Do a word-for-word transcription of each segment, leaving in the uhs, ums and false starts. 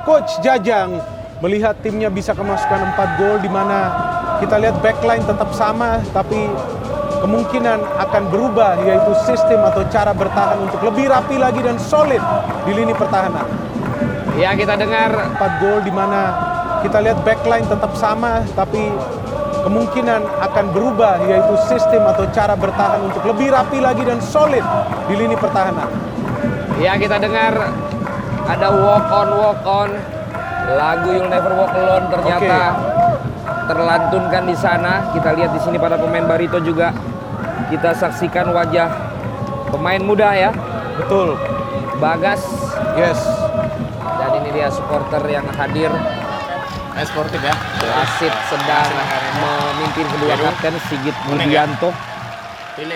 Coach Jajang melihat timnya bisa kemasukan empat gol, di mana kita lihat backline tetap sama, tapi kemungkinan akan berubah, yaitu sistem atau cara bertahan untuk lebih rapi lagi dan solid di lini pertahanan. Ya, kita dengar empat gol, di mana kita lihat backline tetap sama, tapi kemungkinan akan berubah, yaitu sistem atau cara bertahan untuk lebih rapi lagi dan solid di lini pertahanan. Ya, kita dengar ada walk on walk on, lagu You'll Never Walk Alone ternyata okay. terlantunkan di sana. Kita lihat di sini para pemain Barito juga. Kita saksikan wajah pemain muda ya. Betul. Bagas. Yes. Dan ini dia supporter yang hadir. Eh, sportif ya. Wasit sedang memimpin kedua kapten, Sigit Budianto. Pilih.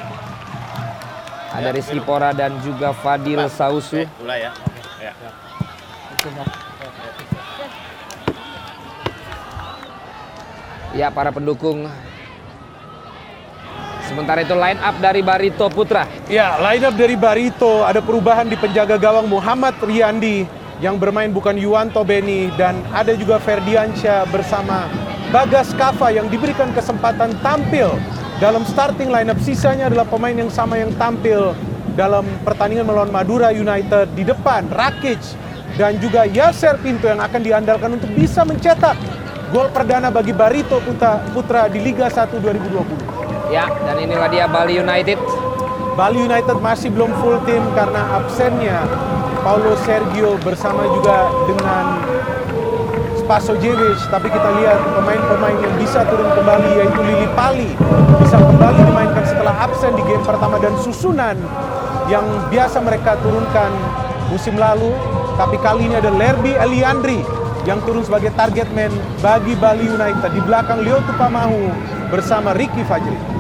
Ada Rizky Pora dan juga Fadil Sausu. Mulai ya. Ya. Ya, para pendukung. Sementara itu line up dari Barito Putra. Ya, line up dari Barito, ada perubahan di penjaga gawang Muhammad Riyandi yang bermain bukan Yuwanto Beni, dan ada juga Ferdiansyah bersama Bagas Kava yang diberikan kesempatan tampil dalam starting line up. Sisanya adalah pemain yang sama yang tampil dalam pertandingan melawan Madura United. Di depan Rakic dan juga Yasser Pinto yang akan diandalkan untuk bisa mencetak gol perdana bagi Barito Putra, Putra di Liga satu dua ribu dua puluh. Ya, dan inilah dia Bali United. Bali United masih belum full tim karena absennya Paulo Sergio bersama juga dengan Spasojevic. Tapi kita lihat pemain-pemain yang bisa turun kembali, yaitu Lili Pali bisa kembali dimainkan setelah absen di game pertama, dan susunan yang biasa mereka turunkan musim lalu. Tapi kali ini ada Lerby Eliandri yang turun sebagai target man bagi Bali United di belakang Leo Tupamahu bersama Ricky Fajri.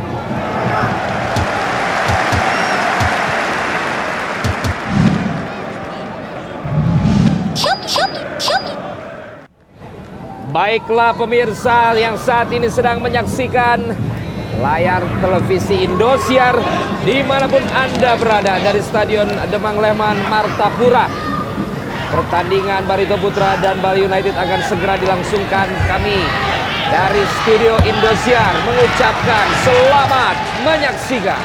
Baiklah pemirsa yang saat ini sedang menyaksikan layar televisi Indosiar dimanapun Anda berada dari Stadion Demang Leman Martapura. Pertandingan Barito Putra dan Bali United akan segera dilangsungkan. Kami dari studio Indosiar mengucapkan selamat menyaksikan.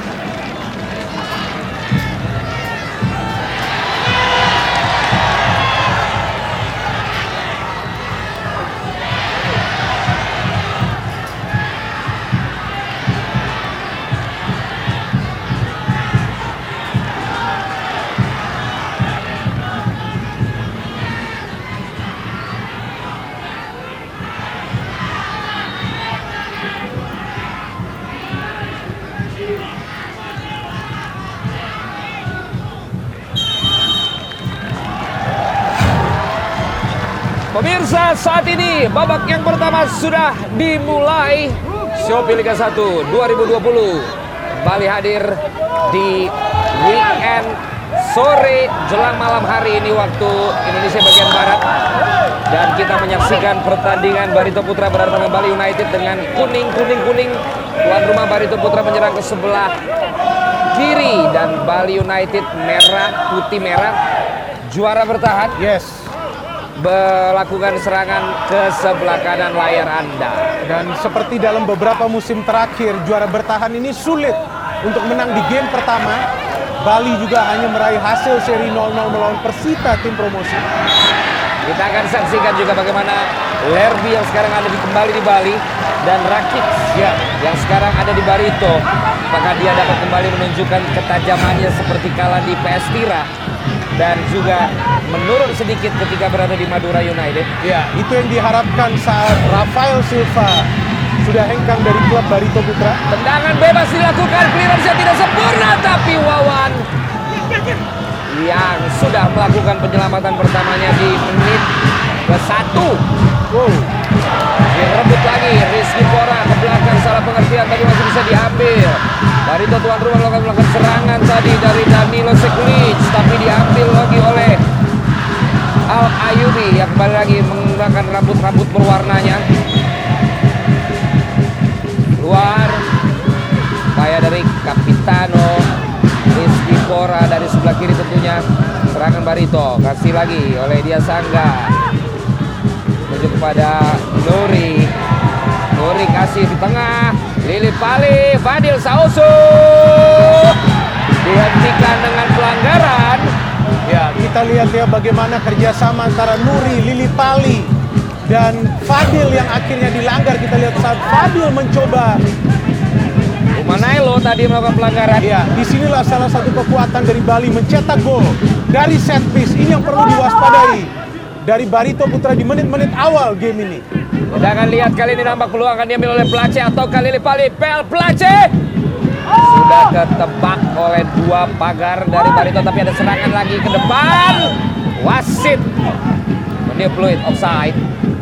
Pemirsa, saat ini babak yang pertama sudah dimulai. Shopee Liga satu dua ribu dua puluh kembali hadir di weekend sore jelang malam hari ini waktu Indonesia bagian Barat. Dan kita menyaksikan pertandingan Barito Putra berhadapan dengan Bali United dengan kuning-kuning-kuning. Tuan rumah Barito Putra menyerang ke sebelah kiri dan Bali United merah, putih merah, juara bertahan. Yes. Melakukan serangan ke sebelah kanan layar Anda. Dan seperti dalam beberapa musim terakhir, juara bertahan ini sulit untuk menang di game pertama. Bali juga hanya meraih hasil seri nol nol melawan Persita, tim promosi. Kita akan saksikan juga bagaimana Lerby yang sekarang ada di kembali di Bali dan Rakic ya, yang sekarang ada di Barito. Apakah dia dapat kembali menunjukkan ketajamannya seperti kala di P S Tira dan juga menurun sedikit ketika berada di Madura United? Ya, itu yang diharapkan saat Rafael Silva sudah hengkang dari klub Barito Putra. Tendangan bebas dilakukan, clearance tidak sempurna, tapi Wawan yang sudah melakukan penyelamatan pertamanya di menit ke satu. Wow. Direbut lagi, Rizky Pora ke belakang, salah pengertian tadi masih bisa diambil. Barito tuan rumah melakukan, melakukan serangan tadi dari Danilo Sekulic, tapi diambil lagi oleh Al Ayubi yang kembali lagi menggunakan rambut-rambut berwarnanya. Keluar, upaya dari Capitano Rizky Pora dari sebelah kiri tentunya. Serangan Barito, kasih lagi oleh dia Sangga. Menuju kepada Nuri. Nuri kasih di tengah. Lili Pali, Fadil Sausu. Dihentikan dengan pelanggaran. Ya, kita lihat ya bagaimana kerjasama antara Nuri, Lili Pali, dan Fadil yang akhirnya dilanggar. Kita lihat saat Fadil mencoba. Umanailo tadi melakukan pelanggaran. Ya, disinilah salah satu kekuatan dari Bali mencetak gol dari set piece. Ini yang perlu diwaspadai dari Barito Putra di menit-menit awal game ini. Kita akan lihat kali ini nampak peluang akan diambil oleh Place atau kali Lili Pali. Pel Place sudah ketebak oleh dua pagar dari Barito, tapi ada serangan lagi ke depan. Wasit meniup offside.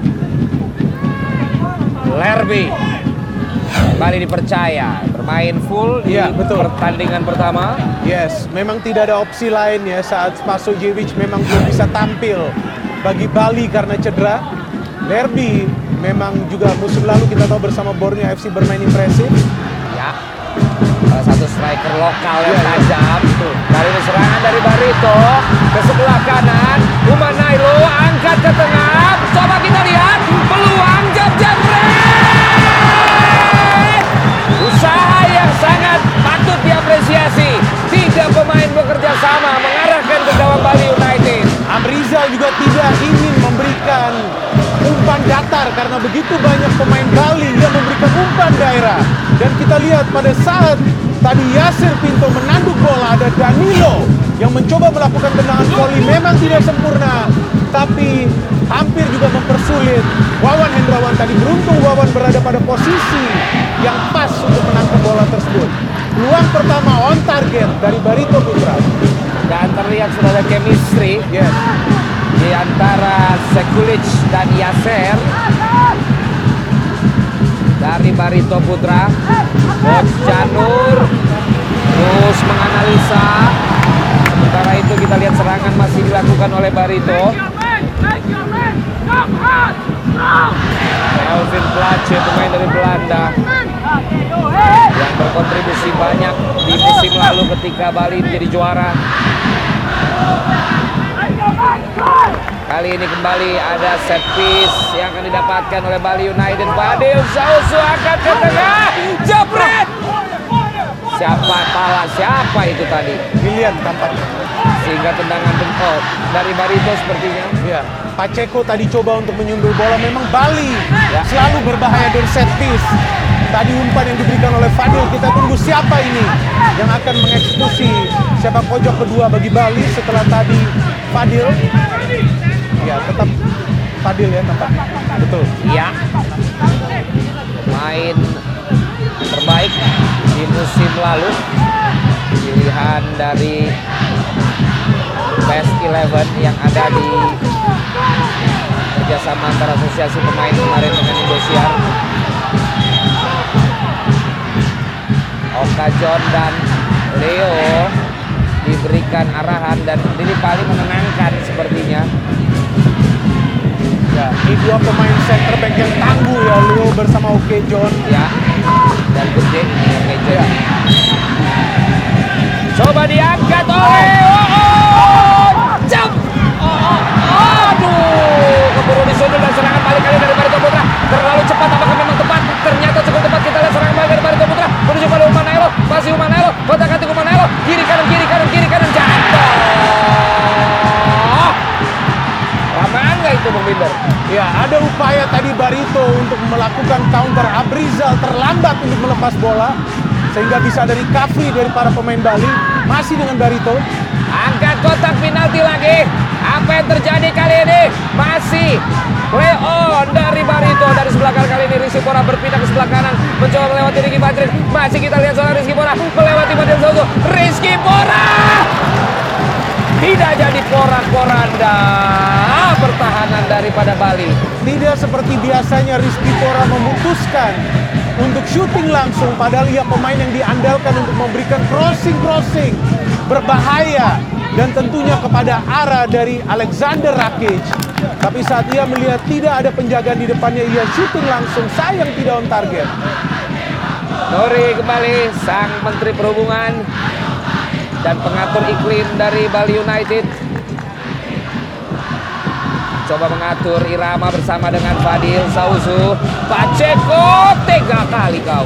Lerby kembali dipercaya bermain full di Ya, betul. pertandingan pertama. Yes, memang tidak ada opsi lain ya saat Spasojevic memang belum bisa tampil bagi Bali karena cedera. Lerby memang juga musim lalu kita tahu bersama Borneo F C bermain impresif. Ya, salah satu striker lokal yang Ya, ya. tajam. Kali ini serangan dari Barito ke sebelah kanan. Umanailo angkat ke tengah. Coba kita lihat peluang jam-jamret. Usaha yang sangat patut diapresiasi. Tiga pemain bekerja sama mengarahkan ke gawang Bali United. Amrizal juga tidak ingin memberikan umpan datar karena begitu banyak pemain Bali yang memberikan umpan daerah. Dan kita lihat pada saat tadi Yasir Pinto menanduk bola, ada Danilo yang mencoba melakukan tendangan voli, memang tidak sempurna, tapi hampir juga mempersulit Wawan Hendrawan tadi. Beruntung Wawan berada pada posisi yang pas untuk menangkap bola tersebut. Peluang pertama on target dari Barito Putra. Dan terlihat sudah ada chemistry Yes. di antara Sekulic dan Yaser. Dari Barito Putra, Coach Janur terus menganalisa. Sementara itu kita lihat serangan masih dilakukan oleh Barito. Elvin Place, pemain dari Belanda yang berkontribusi banyak di musim lalu ketika Bali menjadi juara. Kali ini kembali ada set piece yang akan didapatkan oleh Bali United. Fadil Sausu angkat ke tengah, jebret. Siapa pala siapa itu tadi? Dilihat tampaknya. Sehingga tendangan bengkok dari Barito sepertinya. Ya, Pacheco tadi coba untuk menyundul bola. Memang Bali Ya. selalu berbahaya dari set piece. Tadi umpan yang diberikan oleh Fadil, kita tunggu siapa ini yang akan mengeksekusi sepak pojok kedua bagi Bali setelah tadi Fadil. Ya, tetap Fadil ya tempat. Betul. Ya, pemain terbaik di musim lalu, pilihan dari Best Eleven yang ada di kerjasama antara asosiasi pemain kemarin dengan Indosiar. Oka John dan Leo diberikan arahan dan Lili Pali menenangkan sepertinya. Ya, ini dua pemain center back yang tangguh ya, Leo bersama Oke John. Ya, dan gede Oke John. Ya. Coba diangkat oleh Oon. Jump. Aduh, keburu disundul dan serangan balik kali dari Barito Putra. Terlalu cepat, apakah memang tepat? Ternyata cukup tepat. Kita lihat serangan balik dari Barito Putra. Menuju pada Umanailo, masih Umanailo. Kotak-katik Umanailo. Kiri kanan, kiri kanan, kiri kanan. Jatuh. Lamaan nggak itu, Bung Binder? Ya, ada upaya tadi Barito untuk melakukan counter. Abrizal terlambat untuk melepas bola sehingga bisa dari recovery dari para pemain Bali. Masih dengan Barito. Angkat kotak penalti lagi. Apa yang terjadi kali ini? Masih play on dari Barito dari sebelah kanan. Kali ini Rizky Pora berpindah ke sebelah kanan, mencoba melewati Ricky Patrick. Masih kita lihat seorang Rizky Pora melewati Fadil Sausu. Rizky Pora tidak jadi porak-poranda pertahanan daripada Bali. Tidak seperti biasanya Rizky Pora memutuskan untuk syuting langsung, padahal ia pemain yang diandalkan untuk memberikan crossing-crossing berbahaya dan tentunya kepada arah dari Alexander Rakic. Tapi saat ia melihat tidak ada penjagaan di depannya, ia syuting langsung, sayang tidak on target. Nuri kembali, sang Menteri Perhubungan dan pengatur iklim dari Bali United. Coba mengatur irama bersama dengan Fadil Sausu. Pacheco, tega kali kau.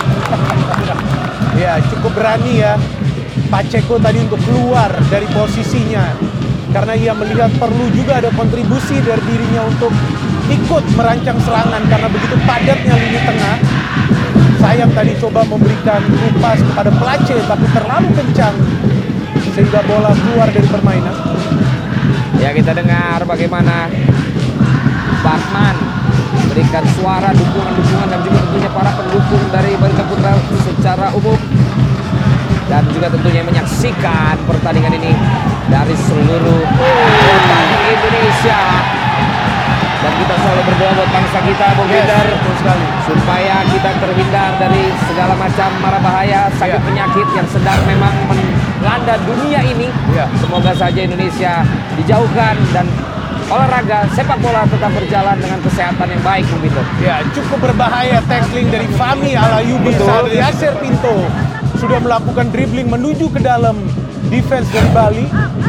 Ya, cukup berani ya Pacheco tadi untuk keluar dari posisinya, karena ia melihat perlu juga ada kontribusi dari dirinya untuk ikut merancang serangan karena begitu padatnya lini tengah. Sayang tadi coba memberikan kupas kepada Place tapi terlalu kencang sehingga bola keluar dari permainan. Ya, kita dengar bagaimana Batman berikan suara dukungan-dukungan dan juga tentunya para pendukung dari Barito Putra secara umum, dan juga tentunya menyaksikan pertandingan ini dari seluruh kota Indonesia. Dan kita selalu berdoa buat bangsa kita, Bung Binder, sekali, supaya kita terhindar dari segala macam mara bahaya, sakit yeah. penyakit yang sedang memang melanda dunia ini. Yeah. Semoga saja Indonesia dijauhkan dan olahraga sepak bola tetap berjalan dengan kesehatan yang baik, Bung Binder. Ya, cukup berbahaya tackling dari Fahmi Al-Ayyubi saat Yasser Pinto sudah melakukan dribbling menuju ke dalam defense dari Bali.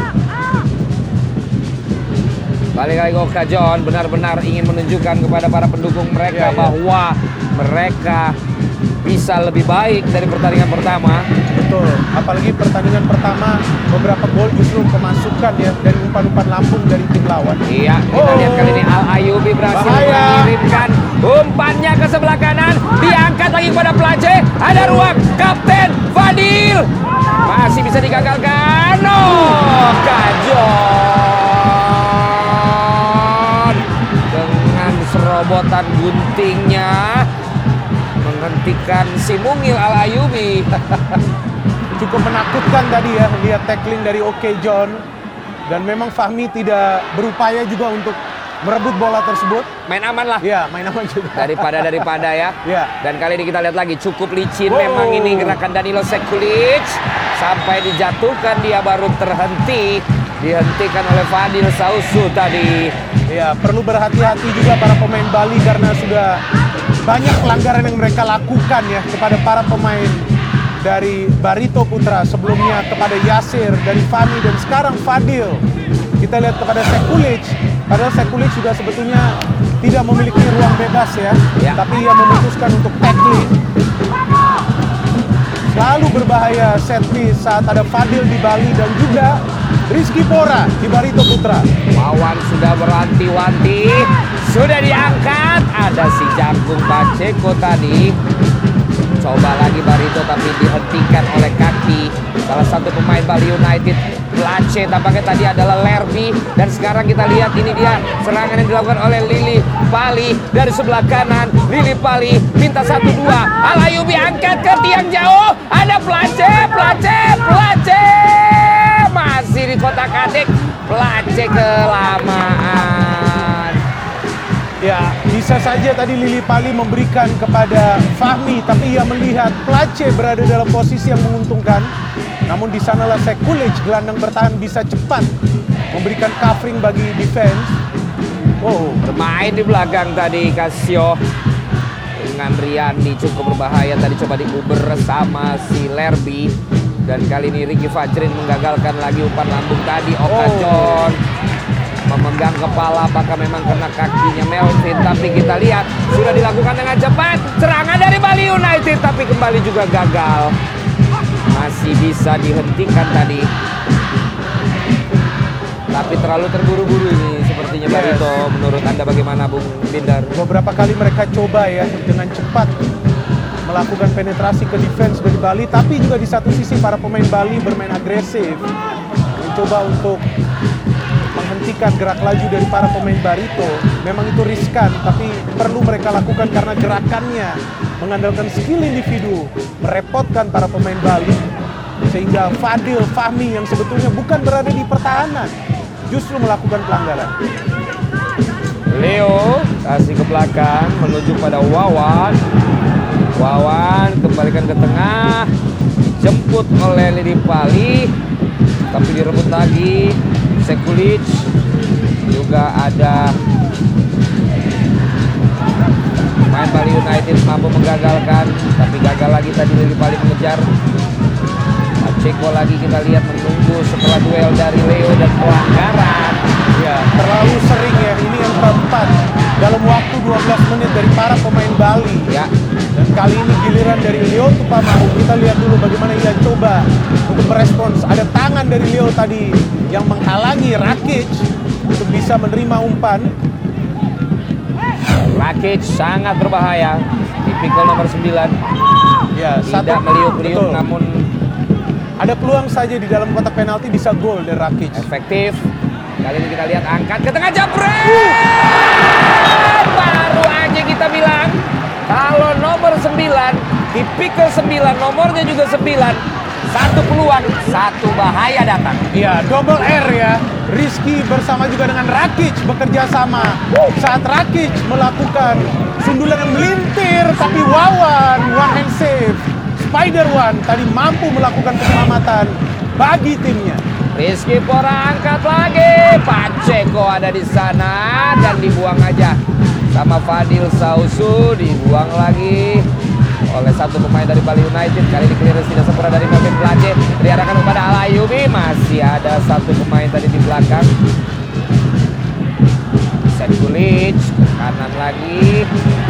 Balik lagi Oka John benar-benar ingin menunjukkan kepada para pendukung mereka ya, ya. bahwa mereka bisa lebih baik dari pertandingan pertama. Betul, apalagi pertandingan pertama beberapa gol justru kemasukan ya dari umpan-umpan lambung dari tim lawan. Iya, kita Oh. lihat kali ini Al-Ayyubi berhasil Bahaya. mengirimkan umpannya ke sebelah kanan, diangkat lagi kepada Place, ada ruang Kapten Fadil, masih bisa digagalkan. Oh, Kajon dengan serobotan guntingnya menghentikan si mungil Al-Ayyubi. Cukup menakutkan tadi ya lihat tackling dari Oke John, dan memang Fahmi tidak berupaya juga untuk merebut bola tersebut. Main aman lah. Ya, main aman juga. Daripada daripada ya. Ya. Dan kali ini kita lihat lagi cukup licin Wow. memang ini gerakan Danilo Sekulic, sampai dijatuhkan dia baru terhenti, dihentikan oleh Fadil Sausu tadi. Ya, perlu berhati-hati juga para pemain Bali karena sudah banyak pelanggaran yang mereka lakukan ya kepada para pemain dari Barito Putra, sebelumnya kepada Yasir dari Fahmi, dan sekarang Fadil. Kita lihat kepada Sekulic, padahal Sekulic juga sebetulnya tidak memiliki ruang bebas ya, Ya. tapi ia memutuskan untuk tackling. Selalu berbahaya set piece saat ada Fadil di Bali dan juga Rizky Pora di Barito Putra. Wawan sudah beranti-wanti, sudah diangkat, ada si Jangkung Pacheco tadi. Coba lagi Barito tapi dihentikan oleh kaki salah satu pemain Bali United, Place. Tampaknya tadi adalah Lerby, dan sekarang kita lihat ini dia serangan yang dilakukan oleh Lili Pali dari sebelah kanan. Lili Pali minta satu dua, Al-Ayyubi angkat ke tiang jauh, ada Place, Place, Place, masih di kotak adik, Place kelamaan. Ya, bisa saja tadi Lili Pali memberikan kepada Fahmi, tapi ia melihat Place berada dalam posisi yang menguntungkan. Namun di sanalah Sekulic, gelandang bertahan, bisa cepat memberikan covering bagi defense. Wow, Bermain di belakang tadi Casio dengan Riani, cukup berbahaya tadi, coba diuber sama si Lerby. Dan kali ini Ricky Fajrin menggagalkan lagi umpan lambung tadi. Oka Oh. John memegang kepala, apakah memang kena kakinya Melvin, tapi kita lihat sudah dilakukan dengan cepat. Serangan dari Bali United tapi kembali juga gagal. Masih bisa dihentikan tadi, tapi terlalu terburu-buru ini sepertinya Yes. Barito. Menurut Anda bagaimana, Bung Binder? beberapa kali mereka coba ya dengan cepat melakukan penetrasi ke defense dari Bali, tapi juga di satu sisi para pemain Bali bermain agresif, mencoba untuk menghentikan gerak laju dari para pemain Barito. Memang itu riskan, tapi perlu mereka lakukan karena gerakannya mengandalkan skill individu, merepotkan para pemain Bali, sehingga Fadil, Fahmi yang sebetulnya bukan berada di pertahanan justru melakukan pelanggaran. Leo kasih ke belakang menuju pada Wawan. Wawan kembalikan ke tengah, dijemput oleh Lili Pali, tapi direbut lagi. Sekulic juga ada main Bali United mampu menggagalkan, tapi gagal lagi tadi Lili Pali mengejar. Pacheco lagi kita lihat menunggu setelah duel dari Leo dan pelanggaran. Ya, terlalu sering ya. Ini yang keempat dalam waktu dua belas menit dari para pemain Bali. Ya, Dan kali ini giliran dari Leo Tupamahu. Kita lihat dulu bagaimana ia coba untuk merespons. Ada tangan dari Leo tadi yang menghalangi Rakic untuk bisa menerima umpan. Rakic sangat berbahaya. Tipikal nomor sembilan. Ya, Tidak meliuk-liuk betul. namun Ada peluang saja di dalam kotak penalti bisa gol dari Rakic. efektif. Kali ini kita lihat angkat ke tengah, jabret. Baru aja kita bilang kalau nomor sembilan, tipikal sembilan, nomornya juga sembilan. Satu peluang, satu bahaya datang. Iya, double R ya. Rizky bersama juga dengan Rakic bekerja sama. Saat Rakic melakukan sundulan yang melintir, tapi Wawan one hand save. Spider One tadi mampu melakukan penyelamatan bagi timnya. Rizky Pora angkat lagi. Pacheco ada di sana dan dibuang aja sama Fadil Sausu, dibuang lagi oleh satu pemain dari Bali United. Kali ini clearance tidak sempurna dari Melvin Place, diarahkan kepada Alayubi. Masih ada satu pemain tadi di belakang. Sekulic ke kanan lagi,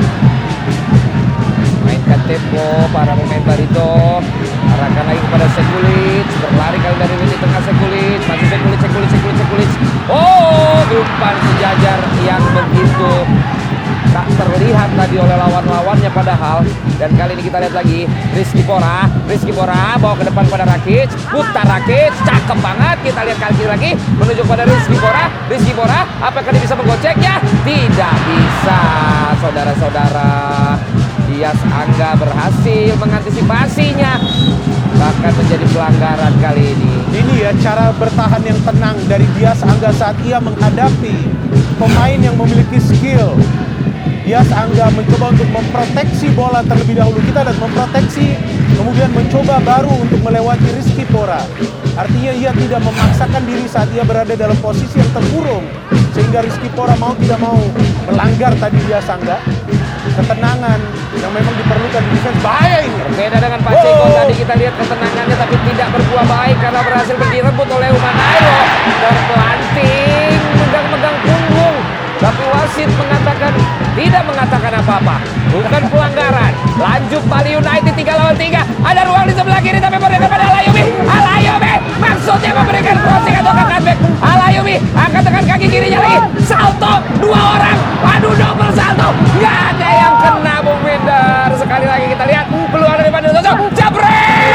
mainkan tempo para pemain Barito. Arahkan lagi kepada Sekulic, berlari kali dari lini tengah Sekulic, masih Sekulic, Sekulic, Sekulic, Sekulic. Oh, umpan sejajar yang begitu tak terlihat tadi oleh lawan-lawannya padahal. Dan kali ini kita lihat lagi Rizky Pora, Rizky Pora bawa ke depan pada Rakic, putar Rakic, cakep banget. Kita lihat kali lagi menuju pada Rizky Pora, Rizky Pora, apakah dia bisa menggoceknya? Tidak bisa, saudara-saudara. Dias Angga berhasil mengantisipasinya, bahkan menjadi pelanggaran kali ini. Ini ya cara bertahan yang tenang dari Dias Angga saat ia menghadapi pemain yang memiliki skill. Dias Angga mencoba untuk memproteksi bola terlebih dahulu. Kita lihat memproteksi, kemudian mencoba baru untuk melewati Rizky Pora. Artinya ia tidak memaksakan diri saat ia berada dalam posisi yang terkurung, sehingga Rizky Pora mau tidak mau melanggar tadi Dias Angga. Ketenangan yang memang diperlukan di defense. Bahaya ini. Berbeda dengan Pacheco, Wow. tadi kita lihat ketenangannya tapi tidak berbuah baik karena berhasil direbut oleh Umanailo dan pelanting megang-megang punggung. Tapi wasit mengatakan tidak mengatakan apa-apa, bukan pelanggaran. Lanjut Bali United tiga lawan tiga. Ada ruang di sebelah kiri tapi memberikan pada Alayubi. Alayubi maksudnya memberikan crossing atau cutback. Alayubi angkat dengan kaki kirinya lagi. Salto dua orang. Aduh, double salto. Nggak ada yang kena, Bung Winder. Sekali lagi kita lihat peluang dari Fadil Sausu. Jabret!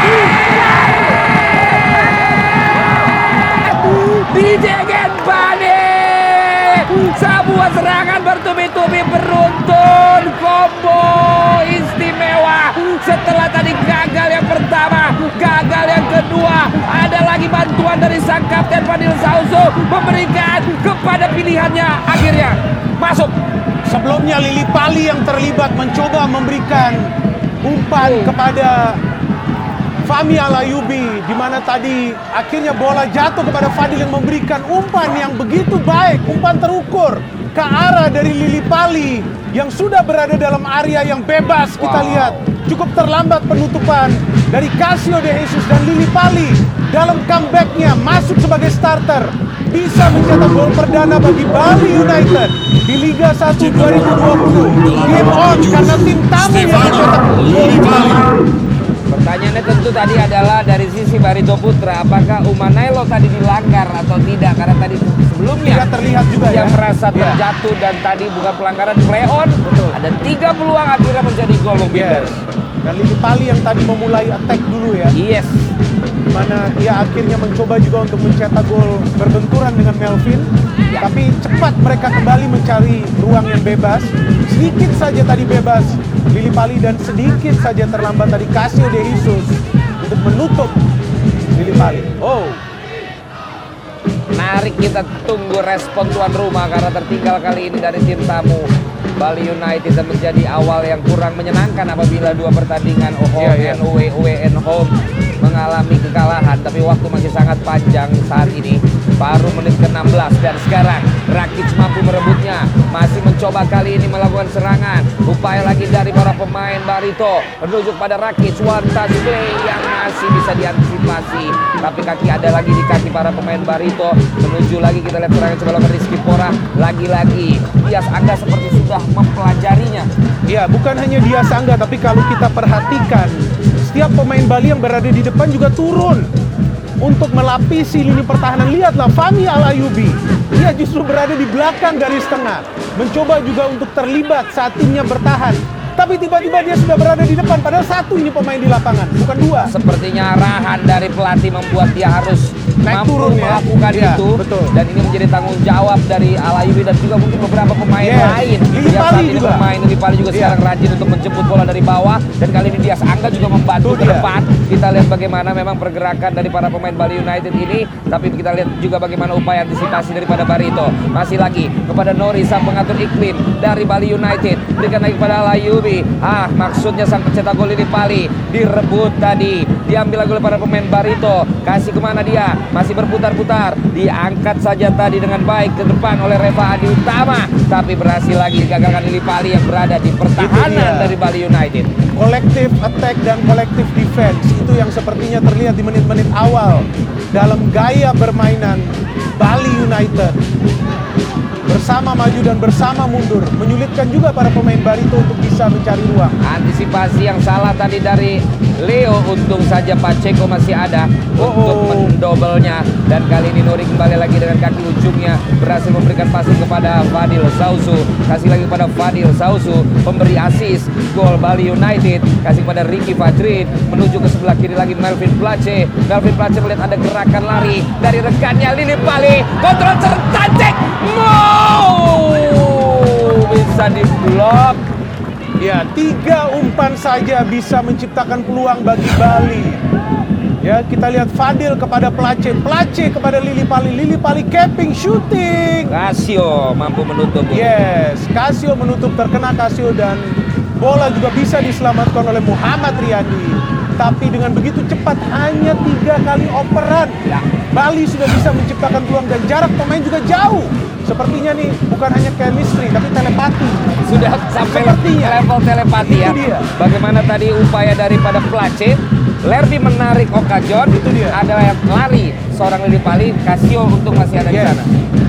Dijeget Bani. Sebuah serangan bertubi-tubi beruntun, combo istimewa. Setelah tadi gagal yang pertama, gagal yang kedua, ada lagi bantuan dari sang kapten Fadil Sausu memberikan kepada pilihannya, akhirnya masuk. Sebelumnya Lili Pali yang terlibat mencoba memberikan umpan kepada Fahmi Alayubi, di mana tadi akhirnya bola jatuh kepada Fadil yang memberikan umpan yang begitu baik, umpan terukur ke arah dari Lili Pali yang sudah berada dalam area yang bebas. Kita Wow. lihat cukup terlambat penutupan dari Casio De Jesus, dan Lili Pali dalam comebacknya masuk sebagai starter, bisa mencetak gol perdana bagi Bali United di Liga satu dua ribu dua puluh. Game on karena tim tamu yang mencetak gol Bali. Pertanyaannya tentu tadi adalah dari sisi Barito Putra, apakah Umanailo tadi dilanggar atau tidak? Karena tadi sebelumnya Tidak terlihat juga dia ya. merasa Ya. terjatuh dan tadi bukan pelanggaran, play on. Betul. Ada tiga peluang akhirnya menjadi gol, Bung Peter. Yes. Dan Lili Pali yang tadi memulai attack dulu ya, Yes. di mana ia akhirnya mencoba juga untuk mencetak gol berbenturan dengan Melvin. Ya. Tapi cepat mereka kembali mencari ruang yang bebas. Sedikit saja tadi bebas Lili Pali dan sedikit saja terlambat tadi Casio De Jesus untuk menutup Lili Pali. Oh, Menarik, kita tunggu respon tuan rumah karena tertinggal kali ini dari tim tamu. Bali United dan menjadi awal yang kurang menyenangkan apabila dua pertandingan home Iya, iya. and away, away and home mengalami kekalahan. Tapi waktu masih sangat panjang saat ini. Baru menit ke enam belas dan sekarang Rakic mampu merebutnya. Masih mencoba kali ini melakukan serangan. Upaya lagi dari para pemain Barito menuju pada Rakic. One touch play yang masih bisa diantisipasi. Tapi kaki ada lagi di kaki para pemain Barito. Menuju lagi kita lihat serangan coba lakukan Rizky Pora. Lagi-lagi Dias Angga seperti sudah mempelajarinya. Ya, bukan hanya Dias Angga, tapi kalau kita perhatikan setiap pemain Bali yang berada di depan juga turun untuk melapisi lini pertahanan. Lihatlah Fahmi Al-Ayubi, dia justru berada di belakang garis tengah, mencoba juga untuk terlibat saat timnya bertahan. Tapi tiba-tiba dia sudah berada di depan, padahal satu ini pemain di lapangan, bukan dua. Sepertinya arahan dari pelatih membuat dia harus Naik mampu turun ya. melakukan Iya, itu. betul. Dan ini menjadi tanggung jawab dari Al-Ayubi dan juga mungkin beberapa pemain Yes. lain. Lili Yang saat Pali ini juga. bermain, Lili Pali juga Iya. sekarang rajin untuk menjemput bola dari bawah. Dan kali ini Dias Angga juga membantu Itu ke dia. depan. Kita lihat bagaimana memang pergerakan dari para pemain Bali United ini. Tapi kita lihat juga bagaimana upaya antisipasi daripada Barito. Masih lagi kepada Nori sang pengatur iklim dari Bali United. Berikan lagi kepada Al-Ayubi. Ah, maksudnya sang pencetak gol Lili Pali. Direbut tadi. Diambil lagi oleh para pemain Barito. Kasih kemana dia? Masih berputar-putar. Diangkat saja tadi dengan baik ke depan oleh Reva Adi Utama. Tapi berhasil lagi digagalkan Lili Pali yang berada di pertahanan dia. dari Bali United. Kolektif attack dan kolektif defense itu yang sepertinya terlihat di menit-menit awal dalam gaya permainan Bali United. Bersama maju dan bersama mundur, menyulitkan juga para pemain Barito untuk bisa mencari ruang. Antisipasi yang salah tadi dari Leo, untung saja Pacheco masih ada Oh, untuk oh. mendobelnya. Dan kali ini Nuri kembali lagi dengan kaki ujungnya, berhasil memberikan passing kepada Fadil Sausu. Kasih lagi kepada Fadil Sausu, pemberi assist gol Bali United. Kasih kepada Ricky Fadrin, menuju ke sebelah kiri lagi Melvin Place. Melvin Place melihat ada gerakan lari dari rekannya Lili Pali. Kontrol tertancik. Mau bisa diblok. Ya, tiga umpan saja bisa menciptakan peluang bagi Bali. Ya, kita lihat Fadil kepada Place, Place kepada Lili Pali, Lili Pali capping, shooting. Casio mampu menutup. Yes, Casio menutup, terkena Casio dan bola juga bisa diselamatkan oleh Muhammad Riyandi. Tapi dengan begitu cepat, hanya tiga kali operan, Ya. Bali sudah bisa menciptakan peluang dan jarak pemain juga jauh. Sepertinya nih bukan hanya chemistry tapi telepati. Sudah sampai Sepertinya. level telepati ya. Itu dia. Bagaimana tadi upaya daripada Place, Lerby menarik Okajon, Itu dia. ada yang lari seorang Lili Pali, Casio untuk masih ada di Yes. sana.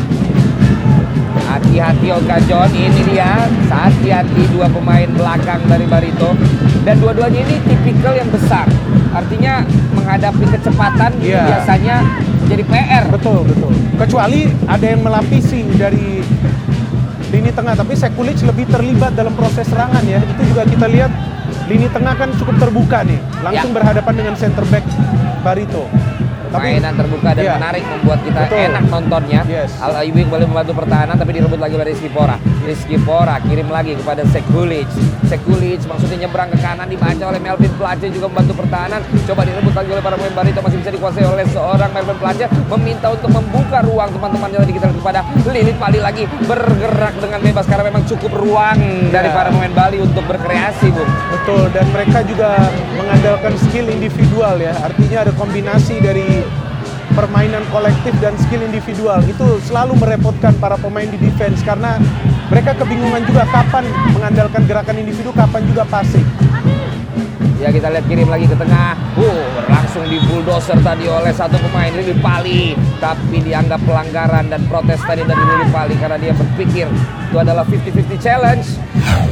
Hati-hati Okajon, ini dia hati-hati dua pemain belakang dari Barito. Dan dua-duanya ini tipikal yang besar. Artinya menghadapi kecepatan ini Iya. biasanya jadi P R. Betul, betul. Kecuali ada yang melapisi dari lini tengah, tapi Sekulic lebih terlibat dalam proses serangan ya. Itu juga kita lihat lini tengah kan cukup terbuka nih, langsung Ya. berhadapan dengan center back Barito. Tapi Mainan terbuka dan iya. menarik membuat kita Betul. enak nontonnya. Yes. Al-Ayubi kembali membantu pertahanan tapi direbut lagi oleh Rizky Pora. Rizky Pora kirim lagi kepada Sekulic. Sekulic maksudnya nyebrang ke kanan, dibaca oleh Melvin Place juga membantu pertahanan. Coba direbut lagi oleh para pemain Barito, masih bisa dikuasai oleh seorang Melvin Place. Meminta untuk membuka ruang teman-temannya tadi kita lihat kepada Lili Pali lagi bergerak dengan bebas karena memang cukup ruang dari Ya. para pemain Bali untuk berkreasi, Bung. betul, dan mereka juga mengandalkan skill individual ya. Artinya ada kombinasi dari permainan kolektif dan skill individual. Itu selalu merepotkan para pemain di defense karena mereka kebingungan juga kapan mengandalkan gerakan individu, kapan juga passing. Ya, kita lihat kirim lagi ke tengah. Uh, langsung di bulldozer tadi oleh satu pemain Lili Pali. Tapi dianggap pelanggaran dan protes tadi dari Lili Pali karena dia berpikir itu adalah fifty fifty challenge.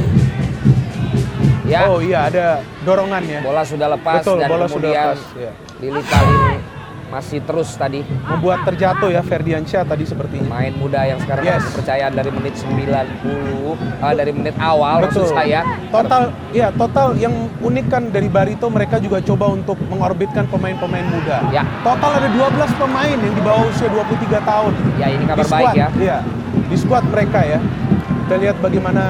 Ya, Oh iya, ada dorongan ya. bola sudah lepas Betul, dan bola sudah kemudian lepas, ya. Lili Pali masih terus tadi Membuat terjatuh ya Ferdiansyah tadi sepertinya. main muda yang sekarang Yes. dapat kepercayaan dari menit sembilan puluh, ah, dari menit awal Betul. maksud saya. Total, ya total yang unik kan dari Barito, mereka juga coba untuk mengorbitkan pemain-pemain muda. Ya. Total ada dua belas pemain yang di bawah usia dua puluh tiga tahun. Ya, ini kabar Di baik squad, ya. Iya, di squad mereka ya. Kita lihat bagaimana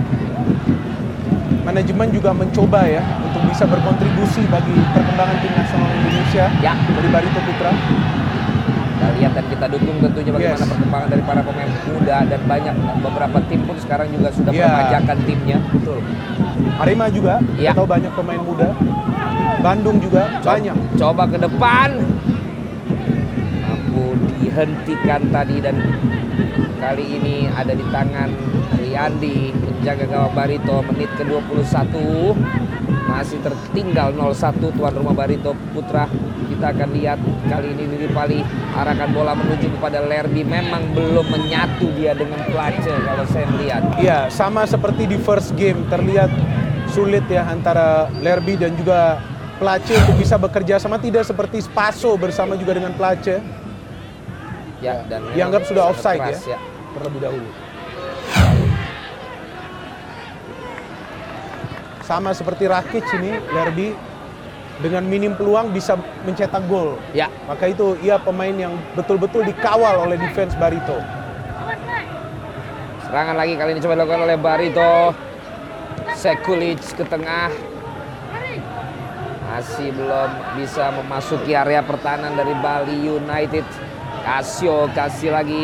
manajemen juga mencoba ya untuk bisa berkontribusi bagi perkembangan tim nasional Indonesia Ya. dari Barito Putra. Kita lihat dan kita dukung tentunya bagaimana Yes. perkembangan dari para pemain muda dan banyak beberapa tim pun sekarang juga sudah Ya. memajakan timnya. Betul. Arema juga, Ya. kita tahu banyak pemain muda. Bandung juga Coba, banyak. coba ke depan. Mampu dihentikan tadi, dan kali ini ada di tangan Riyandi, penjaga gawang Barito. Menit ke dua puluh satu, masih tertinggal nol satu tuan rumah Barito Putra. Kita akan lihat kali ini Lili Pali arahkan bola menuju kepada Lerby. Memang belum menyatu dia dengan Place kalau saya melihat. Iya, sama seperti di first game, terlihat sulit ya antara Lerby dan juga Place untuk bisa bekerja sama, tidak seperti Spaso bersama juga dengan Place. Ya, dan dianggap sudah sangat offside keras, ya, terlebih dahulu. Sama seperti Rakic ini, Lerby dengan minim peluang bisa mencetak gol. Ya. Maka itu ia pemain yang betul-betul dikawal oleh defense Barito. Serangan lagi kali ini coba dilakukan oleh Barito. Sekulic ke tengah. Masih belum bisa memasuki area pertahanan dari Bali United. Casio kasih lagi.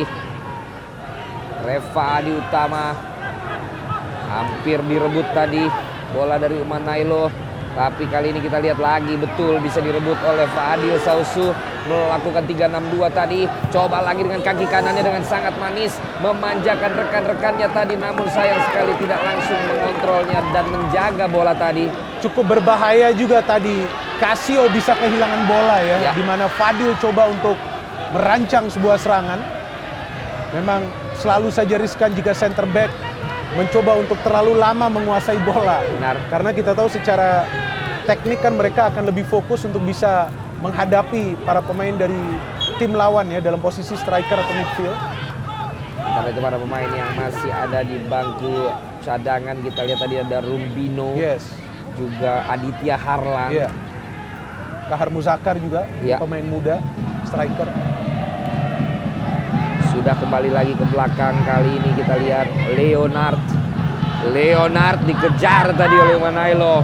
Reva Adi Utama. Hampir direbut tadi bola dari Umar Nailo. Tapi kali ini kita lihat lagi betul bisa direbut oleh Fadil Sausu. Melakukan tiga enam dua tadi. Coba lagi dengan kaki kanannya dengan sangat manis. Memanjakan rekan-rekannya tadi. Namun sayang sekali tidak langsung mengontrolnya dan menjaga bola tadi. Cukup berbahaya juga tadi. Casio bisa kehilangan bola ya. Ya. Di mana Fadil coba untuk merancang sebuah serangan. Memang selalu saja riskan jika center back mencoba untuk terlalu lama menguasai bola. Benar. Karena kita tahu secara teknik kan mereka akan lebih fokus untuk bisa menghadapi para pemain dari tim lawan ya dalam posisi striker atau midfield. Karena itu para pemain yang masih ada di bangku cadangan, kita lihat tadi ada Rumbino, Yes. juga Aditya Harlan. Iya. Kahar Muzakar juga, Iya. pemain muda, striker. Sudah kembali lagi ke belakang, kali ini kita lihat Leonard. Leonard dikejar tadi oleh Manailo.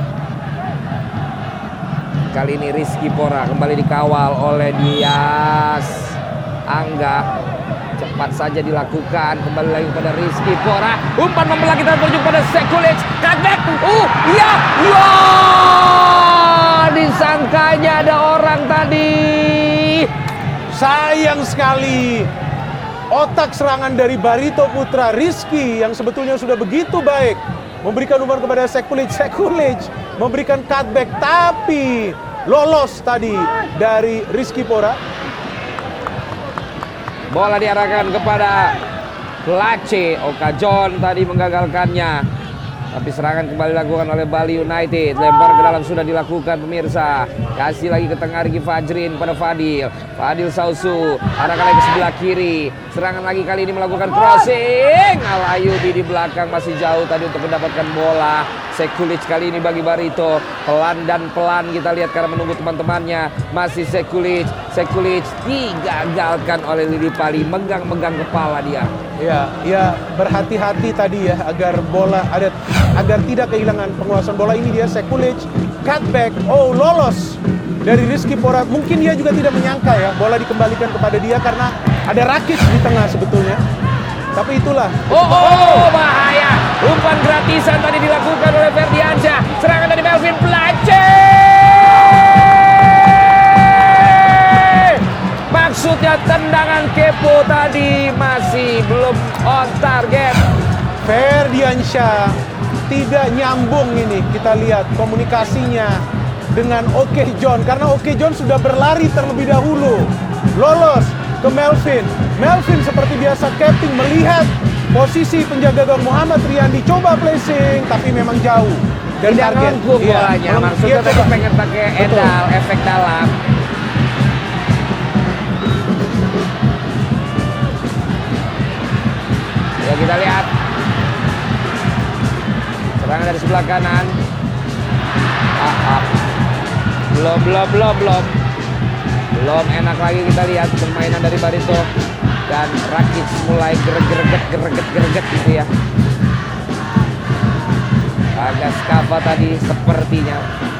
Kali ini Rizky Pora kembali dikawal oleh Dias Angga. Cepat saja dilakukan, kembali lagi kepada Rizky Pora. Umpan membelah, kita menuju pada Sekulic. Cutback, uh, iya, iya. Disangkanya ada orang tadi. Sayang sekali. Otak serangan dari Barito Putra, Rizky yang sebetulnya sudah begitu baik memberikan umpan kepada Sekulic. Sekulic memberikan cutback, tapi lolos tadi dari Rizky Pora. Bola diarahkan kepada Place. Oka John tadi menggagalkannya. Tapi serangan kembali dilakukan oleh Bali United. Lempar ke dalam sudah dilakukan pemirsa. Kasih lagi ke tengah Riki Fajrin pada Fadil. Fadil Sausu arahkan lagi ke sebelah kiri. Serangan lagi kali ini melakukan crossing. Al Ayubi di belakang masih jauh tadi untuk mendapatkan bola. Sekulic kali ini bagi Barito. Pelan dan pelan kita lihat karena menunggu teman-temannya. Masih Sekulic. Sekulic digagalkan oleh Lili Pali. Megang-megang kepala dia. Ya, ya berhati-hati tadi ya agar bola ada agar tidak kehilangan penguasaan bola. Ini dia Sekulic cutback. Oh, lolos dari Rizky Pora. Mungkin dia juga tidak menyangka ya bola dikembalikan kepada dia karena ada Rakic di tengah sebetulnya. Tapi itulah. Oh, oh, bahaya. Umpan gratisan tadi dilakukan oleh Ferdiansyah. Serangan dari Melvin Place. Maksudnya tendangan kepo tadi masih belum on target. Ferdiansyah tidak nyambung ini, kita lihat komunikasinya dengan Oke John karena Oke John sudah berlari terlebih dahulu. Lolos ke Melvin. Melvin seperti biasa capping, melihat posisi penjaga gawang Muhammad Riyandi, coba placing tapi memang jauh dari Tidak target. melengkung bolanya. meleng- Maksudnya iya, tadi coba. pengen pakai Betul. edal, efek dalam. Ya, kita lihat serangan dari sebelah kanan. Ah, ah. Belum, belum, belum, belum. Belum enak lagi kita lihat permainan dari Barito. Dan Rakic mulai gereget, gereget, gereget gitu ya. Agak Skava tadi sepertinya.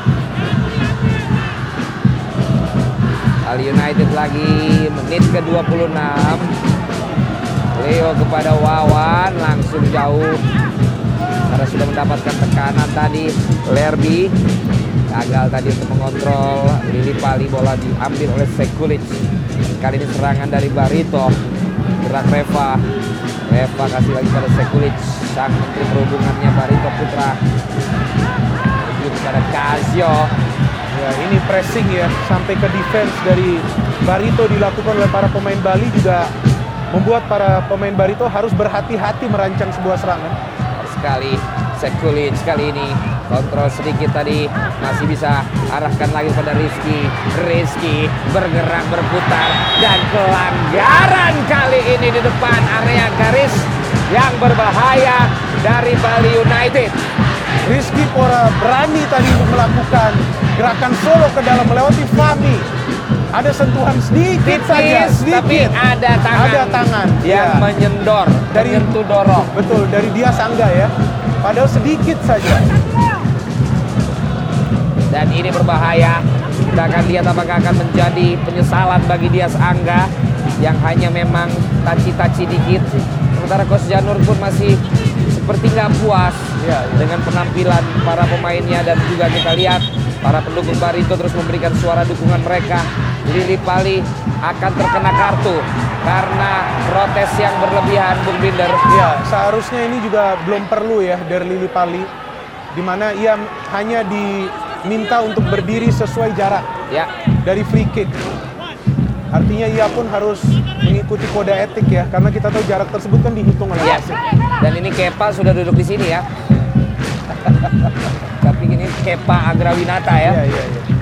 Bali United lagi, menit ke dua puluh enam. Leo kepada Wawan, langsung jauh karena sudah mendapatkan tekanan tadi. Lerby Gagal tadi untuk mengontrol. Lili Pali, bola diambil oleh Sekulic. Kali ini serangan dari Barito. Gerak Reva. Reva kasih lagi pada Sekulic. Sang menteri perhubungannya Barito Putra. Menuju kepada Casio. Ya, ini pressing ya sampai ke defense dari Barito dilakukan oleh para pemain Bali juga membuat para pemain Barito harus berhati-hati merancang sebuah serangan. Sekali Sekulic kali ini kontrol sedikit tadi, masih bisa arahkan lagi pada Rizky. Rizky bergerak berputar dan pelanggaran kali ini di depan area garis yang berbahaya dari Bali United. Rizky Pora berani tadi untuk melakukan gerakan solo ke dalam melewati Fahmi. Ada sentuhan sedikit Tipis, saja, sedikit. tapi ada tangan, Ada tangan yang ya. menyendor, Dari- menyentuh dorong. Betul, dari dia Sangga ya. Padahal sedikit saja. Dan ini berbahaya. Kita akan lihat apakah akan menjadi penyesalan bagi Dias Angga yang hanya memang taci-taci dikit. Sementara Coach Janur pun masih seperti nggak puas Ya, ya. dengan penampilan para pemainnya, dan juga kita lihat para pendukung Barito terus memberikan suara dukungan mereka. Lili Pali akan terkena kartu karena protes yang berlebihan, Bung Binder. Ya, seharusnya ini juga belum perlu ya dari Lili Pali, di mana ia hanya diminta untuk berdiri sesuai jarak Ya, dari free kick. Artinya ia pun harus mengikuti kode etik ya, karena kita tahu jarak tersebut kan dihitung oleh ya. wasit. Dan ini Kepa sudah duduk di sini ya. Tapi ini Kepa Agrawinata ya. Iya, iya, iya.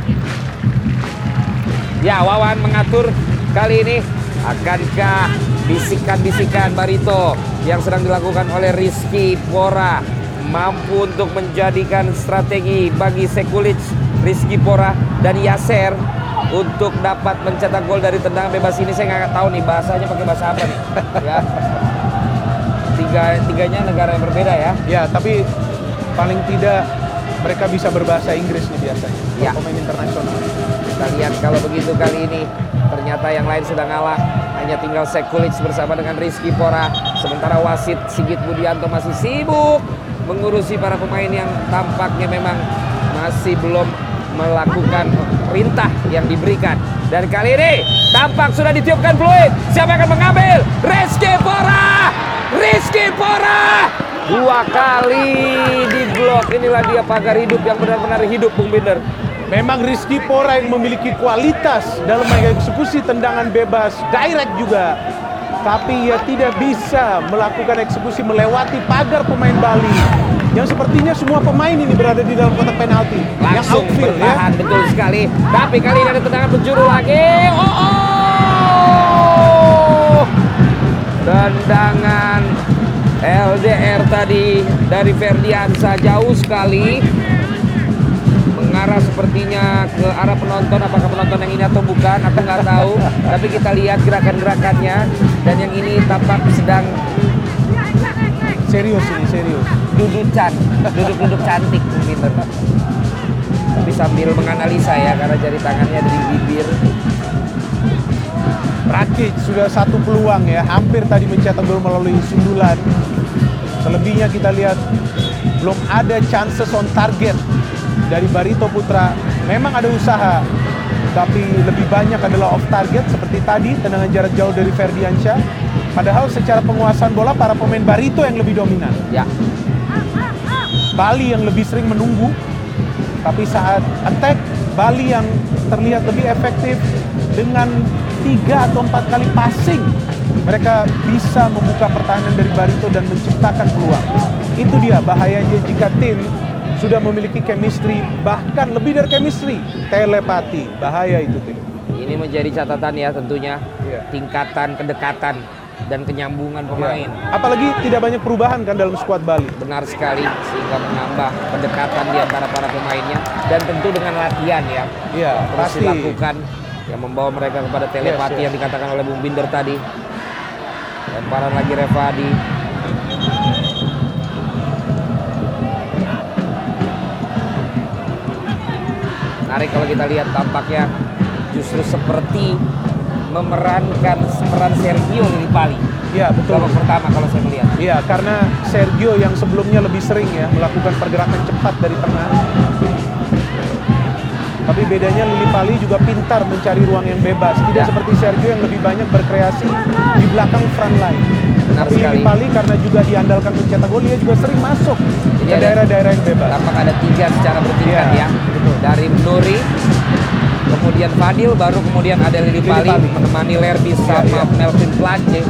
Ya, Wawan mengatur kali ini. Akankah bisikan-bisikan Barito yang sedang dilakukan oleh Rizky Pora mampu untuk menjadikan strategi bagi Sekulic, Rizky Pora, dan Yaser untuk dapat mencetak gol dari tendangan bebas ini? Saya nggak tahu nih bahasanya pakai bahasa apa nih. Ya. Tiga, tiganya negara yang berbeda ya. Ya, tapi paling tidak mereka bisa berbahasa Inggris nih biasanya. Ya. Pemain internasional. Kita lihat kalau begitu kali ini ternyata yang lain sudah ngalah. Hanya tinggal Sekulic bersama dengan Rizky Pora. Sementara wasit Sigit Budianto masih sibuk mengurusi para pemain yang tampaknya memang masih belum melakukan perintah yang diberikan. Dan kali ini tampak sudah ditiupkan peluit. Siapa yang akan mengambil? Rizky Pora! Rizky Pora! Dua kali diblok. Inilah dia pagar hidup yang benar-benar hidup, Bung Binder. Memang Rizky Pora yang memiliki kualitas dalam mengeksekusi tendangan bebas direct juga. Tapi ia tidak bisa melakukan eksekusi melewati pagar pemain Bali. Yang sepertinya semua pemain ini berada di dalam kotak penalti. Yang Langsung outfield ya. bertahan, betul sekali. Tapi kali ini ada tendangan penjuru lagi. Oh, oh. Tendangan L D R tadi dari Ferdiansa jauh sekali. Mengarah sepertinya ke arah penonton. Apakah penonton yang ini atau bukan, aku nggak tahu. Tapi kita lihat gerakan-gerakannya. Dan yang ini tampak sedang Serius ini, serius. duducan, duduk-duduk cantik mungkin. Tapi sambil menganalisa ya, karena jari tangannya ada di bibir. Rakic sudah satu peluang ya, hampir tadi mencetak gol melalui sundulan. Selebihnya kita lihat belum ada chances on target dari Barito Putra. Memang ada usaha, tapi lebih banyak adalah off target seperti tadi tendangan jarak jauh dari Ferdiansyah. Padahal secara penguasaan bola para pemain Barito yang lebih dominan. Ya, Bali yang lebih sering menunggu, tapi saat attack Bali yang terlihat lebih efektif dengan tiga atau empat kali passing. Mereka bisa membuka pertahanan dari Barito dan menciptakan peluang. Itu dia bahayanya jika tim sudah memiliki chemistry, bahkan lebih dari chemistry, telepati. Bahaya itu tim. ini menjadi catatan ya tentunya. Iya. Tingkatan kedekatan dan kenyambungan pemain. Apalagi tidak banyak perubahan kan dalam skuad Bali. Benar sekali, sehingga menambah pendekatan di antara para pemainnya. Dan tentu dengan latihan ya, Iya, terus pasti. dilakukan yang membawa mereka kepada telepati Yes, yes. yang dikatakan oleh Bung Binder tadi. Lemparan lagi Revadi. Menarik kalau kita lihat, tampaknya justru seperti memerankan peran Sergio Lili Pali. Iya, betul. Babak pertama kalau saya melihat. Iya, karena Sergio yang sebelumnya lebih sering ya melakukan pergerakan cepat dari tengah. Tapi bedanya Lili Pali juga pintar mencari ruang yang bebas. Tidak Ya. seperti Sergio yang lebih banyak berkreasi di belakang front line. Benar Tapi sekali. Lili Pali karena juga diandalkan mencetak gol, dia juga sering masuk Jadi ke ada- daerah-daerah yang bebas. Tampak ada tiga secara bertingkat Iya, ya. betul. Dari Nuri, kemudian Fadil, baru kemudian ada Lili Lili Pali Pali. menemani Lerby sama iya. Melvin Place.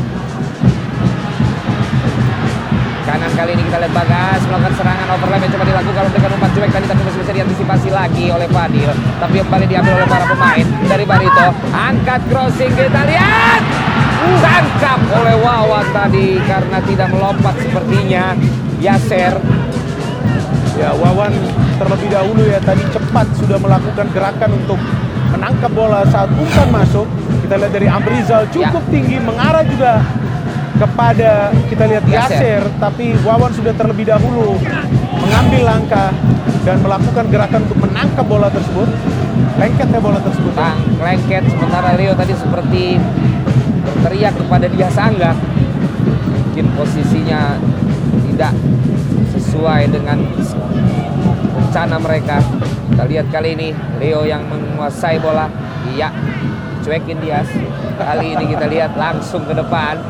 Kanan kali ini kita lihat Bagas melakukan serangan overlap yang coba dilakukan memberikan umpan cuek tadi, tapi masih bisa diantisipasi lagi oleh Fadil. Tapi kembali diambil oleh para pemain dari Barito. Angkat crossing, kita lihat. Tangkap oleh Wawan tadi karena tidak melompat sepertinya Yasser. Ya, Wawan terlebih dahulu ya tadi cepat sudah melakukan gerakan untuk menangkap bola saat umpan masuk. Kita lihat dari Amrizal cukup Ya. tinggi mengarah juga kepada kita lihat Yasser. Yasser, tapi Wawan sudah terlebih dahulu mengambil langkah dan melakukan gerakan untuk menangkap bola tersebut. Lengketnya bola tersebut. ya. Tang lengket, sementara Leo tadi seperti berteriak kepada dia Sangga. Mungkin posisinya tidak sesuai dengan rencana mereka. Kita lihat kali ini Leo yang menguasai bola. Iya, cuekin Dias. Kali ini kita lihat langsung ke depan.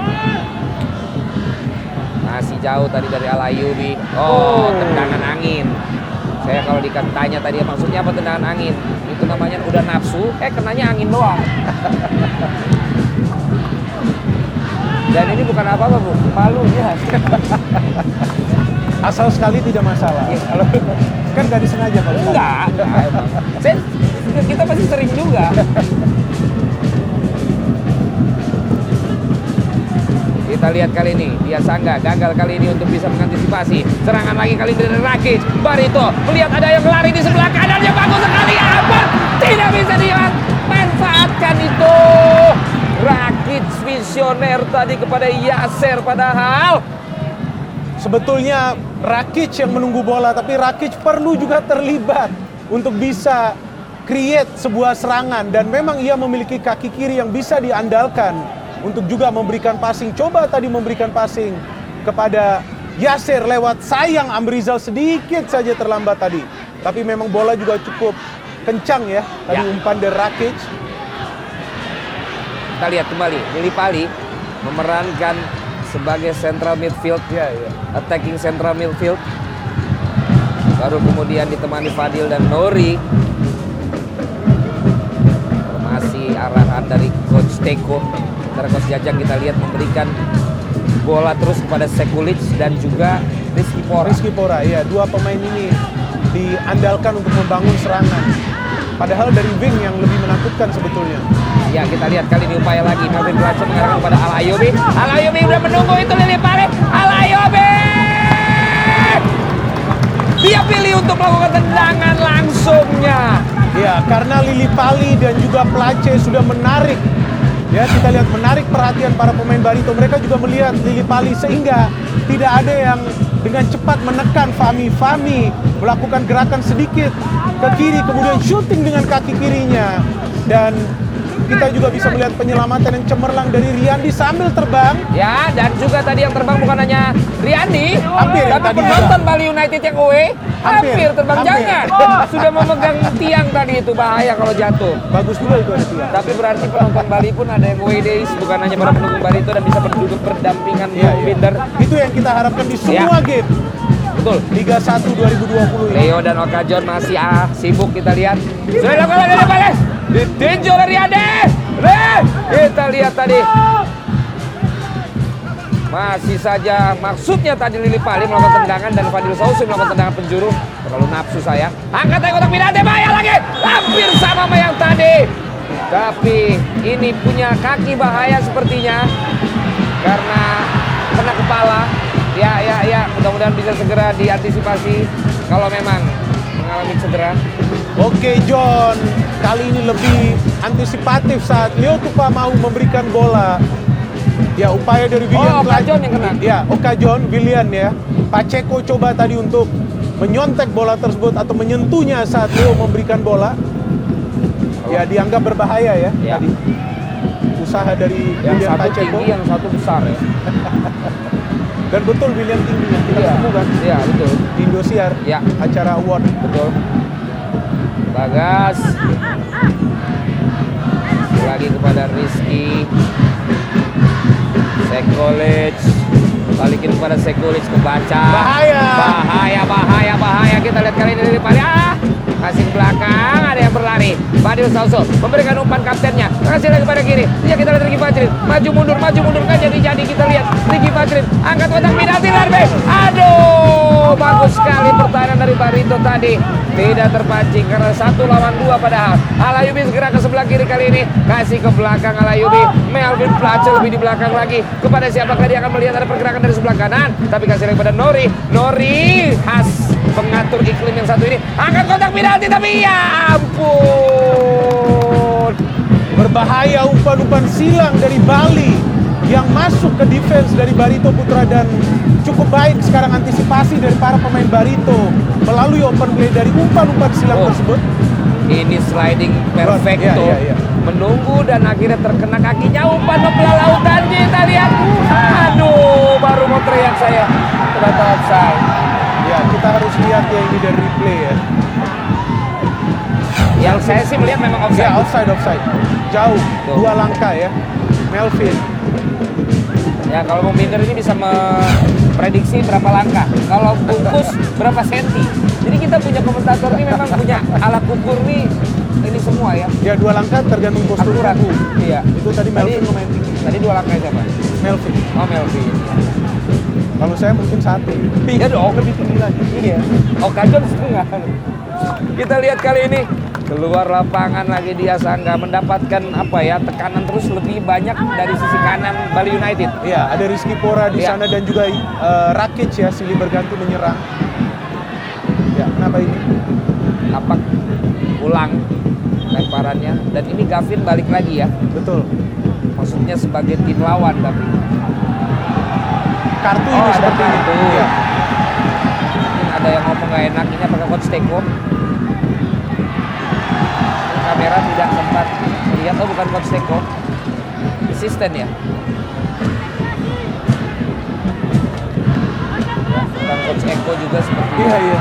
Masih jauh tadi dari Alayubi. Oh, tendangan angin. Saya kalau ditanya tadi maksudnya apa tendangan angin? Itu namanya udah nafsu, eh kenanya angin doang. Dan ini bukan apa-apa, Bu. Malu ya. Asal sekali tidak masalah. Iya. Kalau kan nggak disengaja kalau sekali. Enggak, enggak emang. Saya, kita pasti sering juga. Kita lihat kali ini, dia Sangga gagal kali ini untuk bisa mengantisipasi. Serangan lagi kali ini dari Rakic. Barito melihat ada yang lari di sebelah kanan yang bagus sekali. Apa? Tidak bisa dimanfaatkan itu. Rakic visioner tadi kepada Yasser padahal. Sebetulnya Rakic yang menunggu bola, tapi Rakic perlu juga terlibat untuk bisa create sebuah serangan, dan memang ia memiliki kaki kiri yang bisa diandalkan untuk juga memberikan passing. Coba tadi memberikan passing kepada Yasser lewat sayang Amrizal sedikit saja terlambat tadi. Tapi memang bola juga cukup kencang ya tadi Ya. umpan dari Rakic. Kita lihat kembali, Lili Pali memerankan sebagai central midfield, Ya, ya. attacking central midfield. Baru kemudian ditemani Fadil dan Nori. Masih arahan dari Coach Teko. Sementara Coach Jajang kita lihat memberikan bola terus kepada Sekulic dan juga Rizky Pora. Rizky Pora, ya, dua pemain ini diandalkan untuk membangun serangan. Padahal dari wing yang lebih menakutkan sebetulnya. Ya, kita lihat kali ini upaya lagi. Melvin Blanche mengarahkan kepada Alayubi. Alayubi udah menunggu itu Lili Pali. Alayubi! Dia pilih untuk melakukan tendangan langsungnya. Ya, karena Lili Pali dan juga Place sudah menarik. Ya, kita lihat menarik perhatian para pemain Barito. Mereka juga melihat Lili Pali sehingga tidak ada yang dengan cepat menekan Fahmi. Fahmi melakukan gerakan sedikit ke kiri, kemudian shooting dengan kaki kirinya. Dan kita juga bisa melihat penyelamatan yang cemerlang dari Riyandi sambil terbang. Ya, dan juga tadi yang terbang bukan hanya Riyandi, Hampir yang tapi tadi penonton Bali United yang away hampir, Hampir, terbang. hampir. Jangan, sudah memegang tiang tadi, itu bahaya kalau jatuh. Bagus juga itu ada tiang. Tapi berarti penonton Bali pun ada yang away days, bukan hanya para pendukung Barito, dan bisa berduduk berdampingan Iya, Bung iya. Binder. Itu yang kita harapkan di semua Ya. game Betul. Liga satu dua ribu dua puluh ini. Leo dan Okajon masih ah, sibuk, kita lihat. Sudah dilakukan oleh Lili Pali. Ditinju oleh Riyandi. Re, kita lihat tadi. Masih saja maksudnya tadi Lili Pali melakukan tendangan dan Fadil Sausi melakukan tendangan penjuru. Terlalu nafsu saya. Angkat tadi kotak penalti, bahaya lagi. Hampir sama sama yang tadi. Tapi ini punya kaki bahaya sepertinya. Karena kena kepala. Ya, ya, ya. Mudah-mudahan bisa segera diantisipasi kalau memang mengalami cedera. Oke John, kali ini lebih antisipatif saat Leo Tupa mau memberikan bola. Ya, upaya dari Willian. Oh, Okajon yang kena. Ya, Okajon, Willian ya. Pacheco coba tadi untuk menyontek bola tersebut atau menyentuhnya saat Leo memberikan bola. Ya, dianggap berbahaya ya, Ya. tadi. Usaha dari Yang Willian satu Pacheco. tinggi, yang satu besar ya. Dan betul Willian tinggi yang kita Iya, ketemu kan iya betul. di Indosiar, Ya. acara award. Betul. Bagas. Lagi kepada Rizky. Sekulic. Balikin kepada Sekulic, kebaca. Bahaya. Bahaya, bahaya, bahaya. Kita lihat kali ini dari Pali. Ah, kasih ke belakang, ada yang berlari. Fadil Sauso memberikan umpan kaptennya. Kasih lagi kepada kiri. Ya, kita lihat Ricky Fajrin. Maju mundur, maju mundur kan jadi-jadi. Kita lihat Ricky Fajrin angkat kotak penalti Larbe. Aduh, bagus sekali pertahanan dari Barito tadi. Tidak terpancing karena satu lawan dua padahal. Alayubi segera ke sebelah kiri kali ini. Kasih ke belakang Alayubi. Melvin Placer lebih di belakang lagi. Kepada siapakah dia akan melihat ada pergerakan dari sebelah kanan. Tapi kasih lagi pada Nori. Nori khas pengatur iklim yang satu ini. Angkat kotak penalti tapi ya ampun. Berbahaya umpan-umpan silang dari Bali yang masuk ke defense dari Barito Putra, dan cukup baik sekarang antisipasi dari para pemain Barito melalui open play dari umpan-umpan silang Oh. tersebut. Ini sliding perfecto. Iya, iya, iya. Menunggu dan akhirnya terkena kakinya. Umpan membelah lautan. Kita lihat. Aduh, baru mau teriak saya. Ternyata offside. Ya, kita harus lihat ya ini dari replay ya. Yang saya sih melihat memang Ya, offside. offside, offside. Jauh, Tuh. dua langkah ya. Melvin. Ya, kalau mau minder ini bisa memprediksi berapa langkah. Kalau bungkus berapa senti. Jadi kita punya komentator ini memang punya alat ukur nih. Ini semua ya. Ya, dua langkah tergantung postur Akurat. tubuh. Iya. Itu tadi Melvin Tadi- lumayan tinggi. Tadi dua langkah siapa? Melvin. Oh, Melvin. Kalau saya mungkin satu. Iya dong. Lebih tinggi lagi. Iya. Oh, Kajon setengah. Kita lihat kali ini keluar lapangan lagi dia Sangga mendapatkan apa ya, tekanan terus lebih banyak dari sisi kanan Bali United. Iya, ada Rizky Pora di Iya. sana dan juga eh, Rakic ya, silih berganti menyerang. Ya, kenapa ini? Tapak ulang lemparannya, dan ini Gavin balik lagi ya. Betul. Maksudnya sebagai tim lawan tapi. Kartu Oh, ini ada seperti kartu. ini. Iya. Mungkin ada yang ngomong gak enak, ini apakah coach Teko? Kamera tidak sempat melihat, oh bukan coach Teko, asisten ya. Bukan coach Eko juga seperti Iya, iya.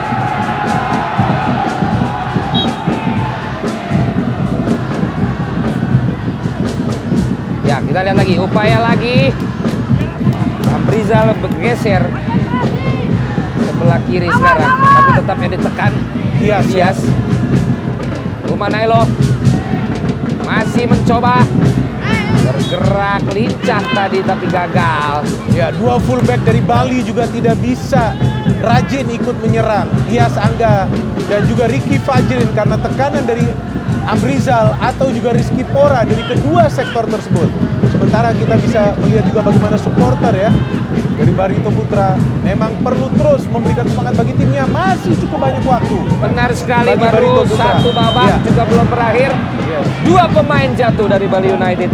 Ya, kita lihat lagi, upaya lagi. Amrizal bergeser sebelah kiri sekarang, tapi tetap yang ditekan. Dias, ya. Dias. Umanailo masih mencoba bergerak lincah tadi tapi gagal. Ya, dua fullback dari Bali juga tidak bisa rajin ikut menyerang. Dias Angga dan juga Ricky Fajrin karena tekanan dari Amrizal atau juga Rizky Pora dari kedua sektor tersebut. Sementara kita bisa melihat juga bagaimana supporter ya dari Barito Putra memang perlu terus memberikan semangat bagi timnya. Masih cukup banyak waktu. Benar sekali, Bagi baru Barito Putra. satu babak Ya. juga belum berakhir. Yes. Dua pemain jatuh dari Bali United.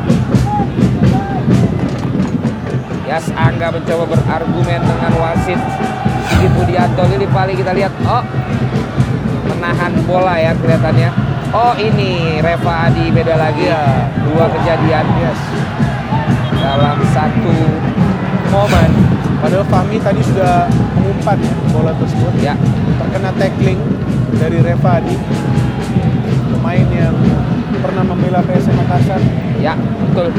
Yas Angga mencoba berargumen dengan wasit Sigit Budianto. Lili Pali kita lihat, oh menahan bola ya kelihatannya. Oh ini Reva Adi beda lagi. Ya. Dua kejadian Yes. dalam satu momen. Padahal Fahmi tadi sudah mengumpan ya bola tersebut. Ya, Terkena tackling dari Reva Adi, pemain yang pernah membela P S M Makassar. ya betul.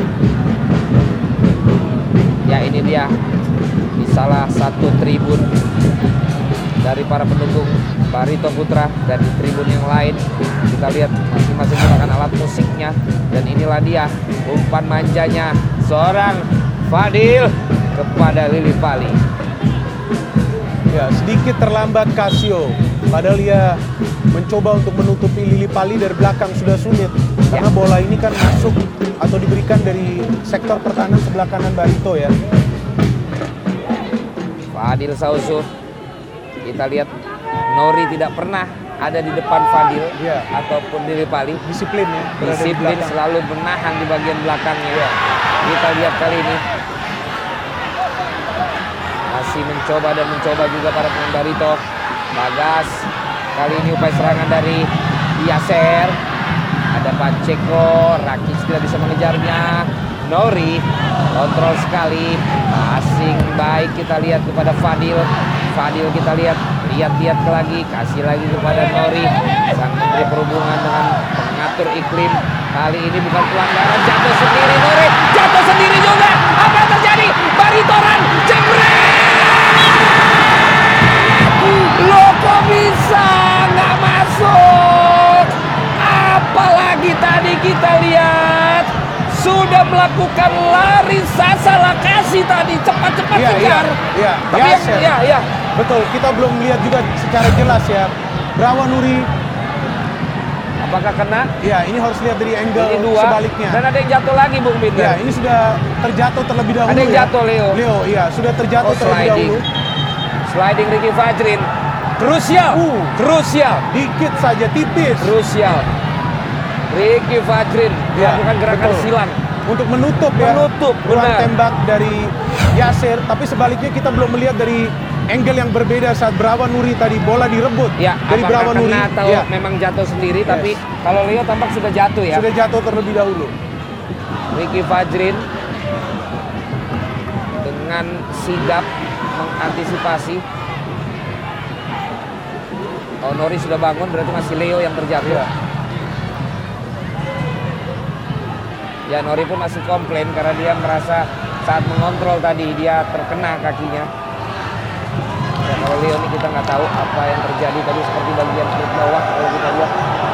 Ya ini dia di salah satu tribun dari para pendukung Barito Putra, dan di tribun yang lain kita lihat masing-masing menggunakan alat musiknya, dan inilah dia umpan manjanya seorang Fadil kepada Lili Pali. Ya, sedikit terlambat Casio. Padahal ia mencoba untuk menutupi Lili Pali dari belakang sudah sulit. Karena bola ini kan masuk atau diberikan dari sektor pertahanan sebelah kanan Barito ya. Fadil Sausu. Kita lihat Nori tidak pernah ada di depan Fadil Iya. ataupun Lili Pali. Disiplin ya, berada di Disiplin, belakang. selalu menahan di bagian belakangnya. Kita lihat kali ini masih mencoba dan mencoba juga para pemain Barito. Bagas, kali ini upaya serangan dari Yaser. Ada Pacheco, Rakic tidak bisa mengejarnya. Nori kontrol sekali, passing baik kita lihat kepada Fadil. Fadil kita lihat, lihat-lihat lagi, kasih lagi kepada Nori, sang Menteri Perhubungan dengan pengatur iklim. Kali ini bukan pelanggaran, jatuh sendiri Nori, jatuh sendiri juga. Apa yang terjadi? Baritoran jebret! Loh kok bisa nggak masuk? Apalagi tadi kita lihat sudah melakukan lari Sasa Lakasi tadi, cepat-cepat Iya, kejar. iya, iya. Tapi yang, Yasser. ya, ya. Betul, kita belum lihat juga secara jelas ya. Brawan Nuri, Apakah kena? ya ini harus lihat dari angle Ini dua. sebaliknya. Dan ada yang jatuh lagi, Bung Binder. Ya, ini sudah terjatuh terlebih dahulu. Ada yang ya. jatuh, Leo. Leo, iya, sudah terjatuh Oh, terlebih sliding. dahulu. Sliding Ricky Fajrin. Krusial. Uh. Krusial. Dikit saja, tipis. Krusial. Ricky Fajrin Ya, melakukan gerakan betul. silang. Untuk menutup ya Menutup, ruang benar. tembak dari Yasser, tapi sebaliknya kita belum melihat dari angle yang berbeda saat Brawan Nuri tadi bola direbut Ya, dari apakah Brawan Nuri. kena atau Ya, memang jatuh sendiri, Yes. tapi kalau Leo tampak sudah jatuh ya. sudah jatuh terlebih dahulu. Ricky Fajrin dengan sigap mengantisipasi. Oh, Nori sudah bangun, berarti masih Leo yang terjatuh. Ya. Ya, Nori pun masih komplain karena dia merasa saat mengontrol tadi dia terkena kakinya. Ya, kalau Leo ini kita nggak tahu apa yang terjadi tadi, seperti bagian perut bawah kalau kita lihat.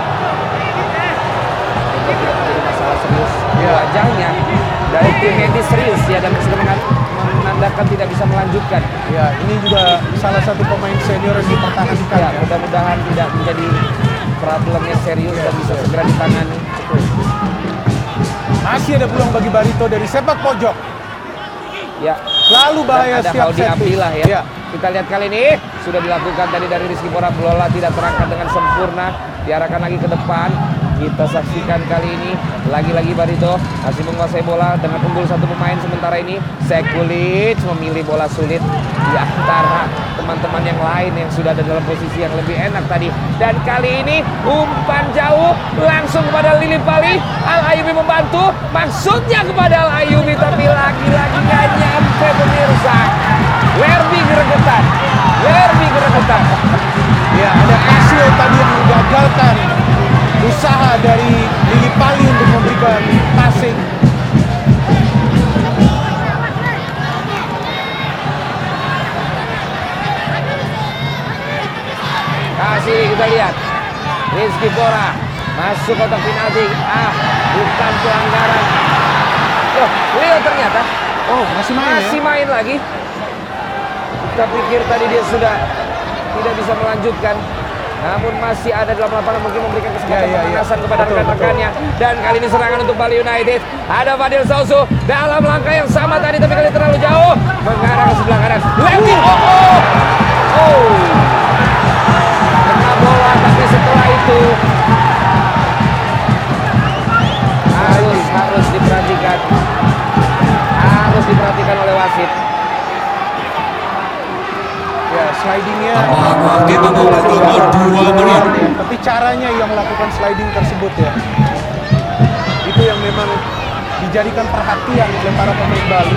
Itu tidak menjadi masalah serius. Ya. Wajahnya dari tim medis serius ya, dan sudah mengan- menandakan tidak bisa melanjutkan. Ya, ini juga salah satu pemain senior yang dipertahankan. Ya, Ya. mudah-mudahan tidak menjadi problemnya serius dan bisa segera ditangani. Masih ada peluang bagi Barito dari sepak pojok. Ya, Selalu bahaya dan ada setiap Haudi set piece. Abdillah ya. Ya. Kita lihat kali ini sudah dilakukan tadi dari Rizky Pora, bola tidak terangkat dengan sempurna, diarahkan lagi ke depan. Kita saksikan kali ini lagi-lagi Barito masih menguasai bola dengan unggul satu pemain. Sementara ini Sekulic memilih bola sulit di antara teman-teman yang lain yang sudah ada dalam posisi yang lebih enak tadi. Dan kali ini umpan jauh langsung kepada Lili Pali. Al Ayubi membantu, maksudnya kepada Al Ayubi, tapi lagi-lagi nggak nyampe pemirsa. Lerby gregetan, Lerby gregetan. Ya, ada Kasio tadi yang menggagalkan usaha dari Lili Pali untuk memberikan passing. Kasih kita lihat Rizky Pora masuk kotak penalti. Ah, bukan pelanggaran. Oh, Leo ternyata Oh, masih main masih ya? main lagi. Kita pikir tadi dia sudah tidak bisa melanjutkan, namun masih ada dalam lapangan, mungkin memberikan kesempatan Ya, ya, ya. pemanasan kepada Betul, rekan-rekannya. Dan kali ini serangan untuk Bali United. Ada Fadil Sausu dalam langkah yang sama tadi, tapi kali terlalu jauh, mengarah ke sebelah kanan. Lewin, oh, oh, oh, kena bola, tapi setelah itu harus harus diperhatikan, harus diperhatikan oleh wasit. Ya, slidingnya Kita membutuhkan dua menit. ya, tapi caranya yang melakukan sliding tersebut ya, itu yang memang dijadikan perhatian oleh para pemain Bali.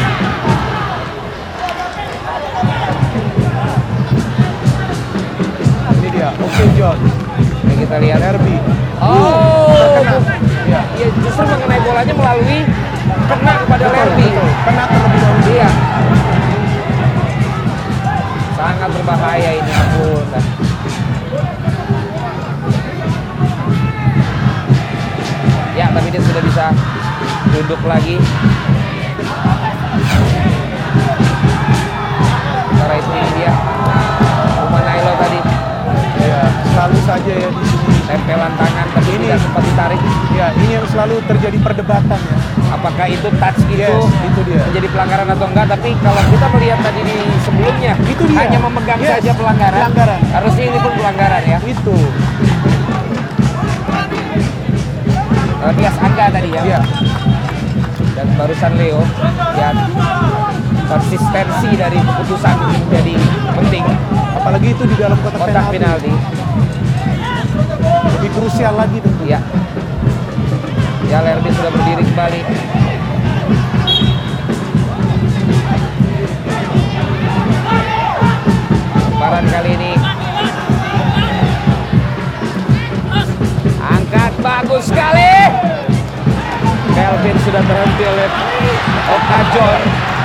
Ini dia, oke John, Ini kita lihat. Derby. Oh, terkena. Ya, ya justru mengenai bolanya melalui kena kepada betul, Lerby. betul. Kena terlebih dahulu. Iya. Sangat berbahaya ini, ampun. Ya, tapi dia sudah bisa duduk lagi. Sementara itu ini dia Uma Nailo tadi Ya, selalu saja ya di sini. tempelan tangan, tapi Ini- tidak sempat ditarik. Ya, ini yang selalu terjadi perdebatan ya. Apakah itu touch itu Yes, itu dia. menjadi pelanggaran atau enggak? Tapi kalau kita melihat tadi di sebelumnya, Itu dia. hanya memegang Yes, saja pelanggaran. pelanggaran. Harusnya ini pun pelanggaran ya. Itu. Uh, Dias Angga tadi ya. Ya, Dan barusan Leo. Ya, konsistensi dari keputusan menjadi penting. apalagi itu di dalam kotak, Kotak penalti. penalti. Lebih krusial lagi tentu. Ya. Ya, Lerby sudah berdiri kembali. diikuti oleh Okajon.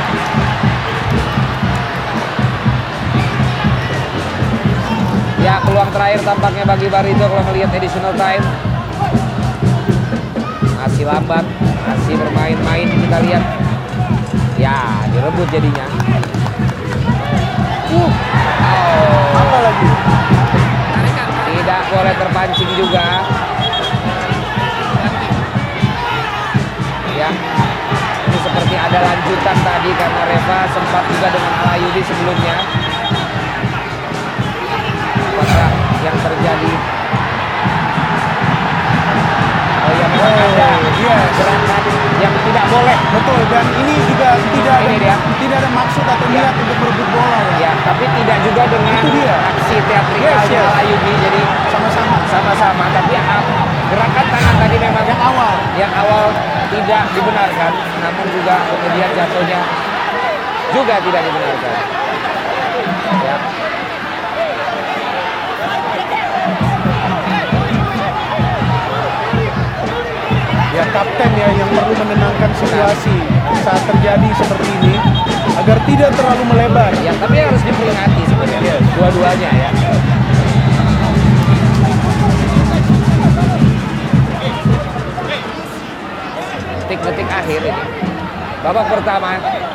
Ya, peluang terakhir tampaknya bagi Barito kalau melihat additional time. Masih lambat, masih bermain-main, kita lihat. Ya, direbut jadinya. Uh, oh. Apa lagi? Tidak boleh terpancing juga. Ya, ini seperti ada lanjutan tadi karena Reva sempat juga dengan Al Ayyubi sebelumnya. Apakah yang terjadi? Oh ya, memang Oh, ada yes. gerakan yang tidak boleh. Betul, dan ini juga tidak ada, Ini dia. tidak ada maksud atau Ya. niat untuk merebut bola ya. Ya, tapi tidak juga dengan Itu dia. aksi teatrikalnya Yes, yes. Al Ayyubi. Jadi Sama-sama. sama-sama, tapi ah, gerakan tangan tadi memang Yang awal. yang awal tidak dibenarkan, namun juga kemudian jatuhnya juga tidak dibenarkan. Ya. Ya, kapten ya yang perlu menenangkan situasi saat terjadi seperti ini agar tidak terlalu melebar. Ya, tapi harus diperingati sebenarnya dua-duanya ya. Detik-detik akhir ini. Babak pertama.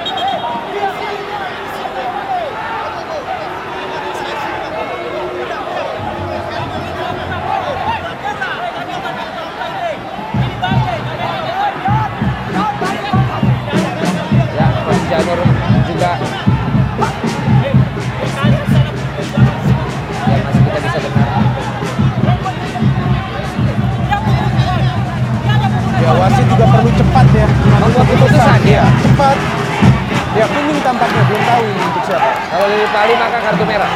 Ya, Mas Janur juga. Ya, masih kita bisa dengar. Ya, wasit juga perlu cepat ya. Membuat keputusan, ya. Cepat. Ya, kuning tampaknya belum tahu ini untuk siapa. Kalau Lili Pali maka kartu merah.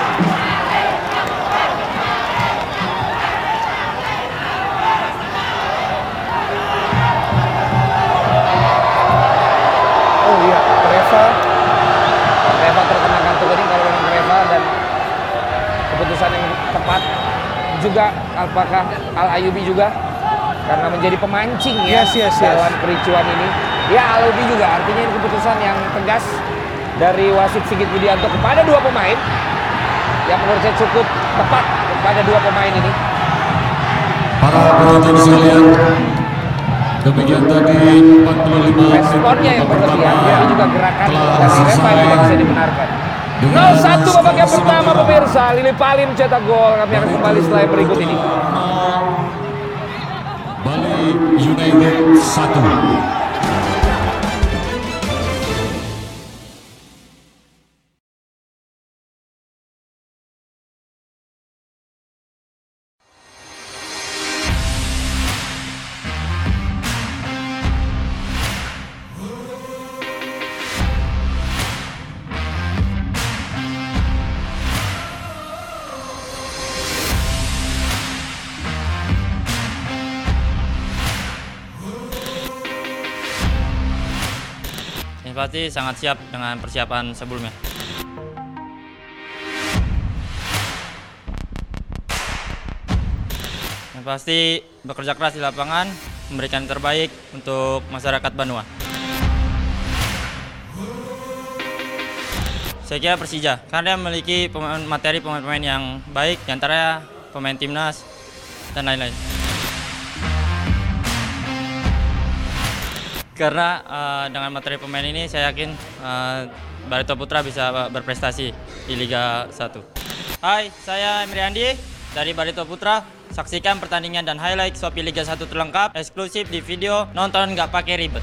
Oh iya, Reva. Reva terkena kartu kuning kalau memang Reva, dan keputusan yang tepat juga apakah Al Ayyubi juga karena menjadi pemancing ya Yes, yes, yes. dalam kericuan ini. Ya, Al Ayyubi juga, artinya ini keputusan yang tegas dari wasit Sigit Widianto kepada dua pemain yang menurut saya cukup tepat kepada dua pemain ini. Para penonton sekalian, demikian tadi empat puluh lima Responnya yang berlebihan, tapi juga gerakan telah dari Reva selesai. tidak bisa dibenarkan. nol satu babak yang pertama pemirsa, Lili Pali mencetak gol. Kami akan kembali setelah yang berikut ini. Bali United satu. Ini pasti sangat siap dengan persiapan sebelumnya. Yang pasti bekerja keras di lapangan, memberikan yang terbaik untuk masyarakat Banua. Saya kira Persija, karena dia memiliki pemain, materi pemain-pemain yang baik, diantaranya pemain timnas dan lain-lain. Karena uh, dengan materi pemain ini saya yakin uh, Barito Putra bisa berprestasi di Liga satu. Hai, saya Emri Andi dari Barito Putra. Saksikan pertandingan dan highlight Shopee Liga satu terlengkap eksklusif di video, nonton nggak pakai ribet.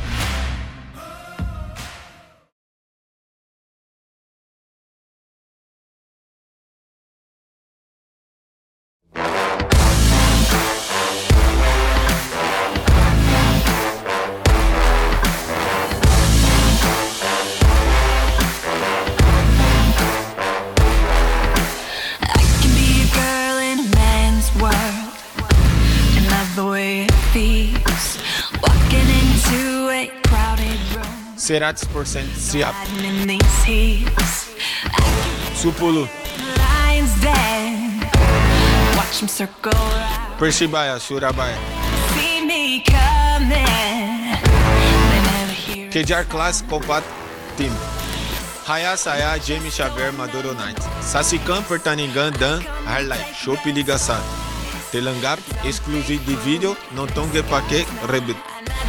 I can be a girl in a man's world and love the way it feels. Walking into a crowded room, seratus persen siap. hiding in these heels. I sepuluh. can lions den, watch them circle around. Persibaya, Surabaya. See me coming, they never hear. kejar kelas kompat tim. Hai, saya Jamie Xavier Maduro Knight. Saksikan pertandingan dan highlight Shopee Liga satu. Terlengkap eksklusif di video, nonton nggak pakai ribet.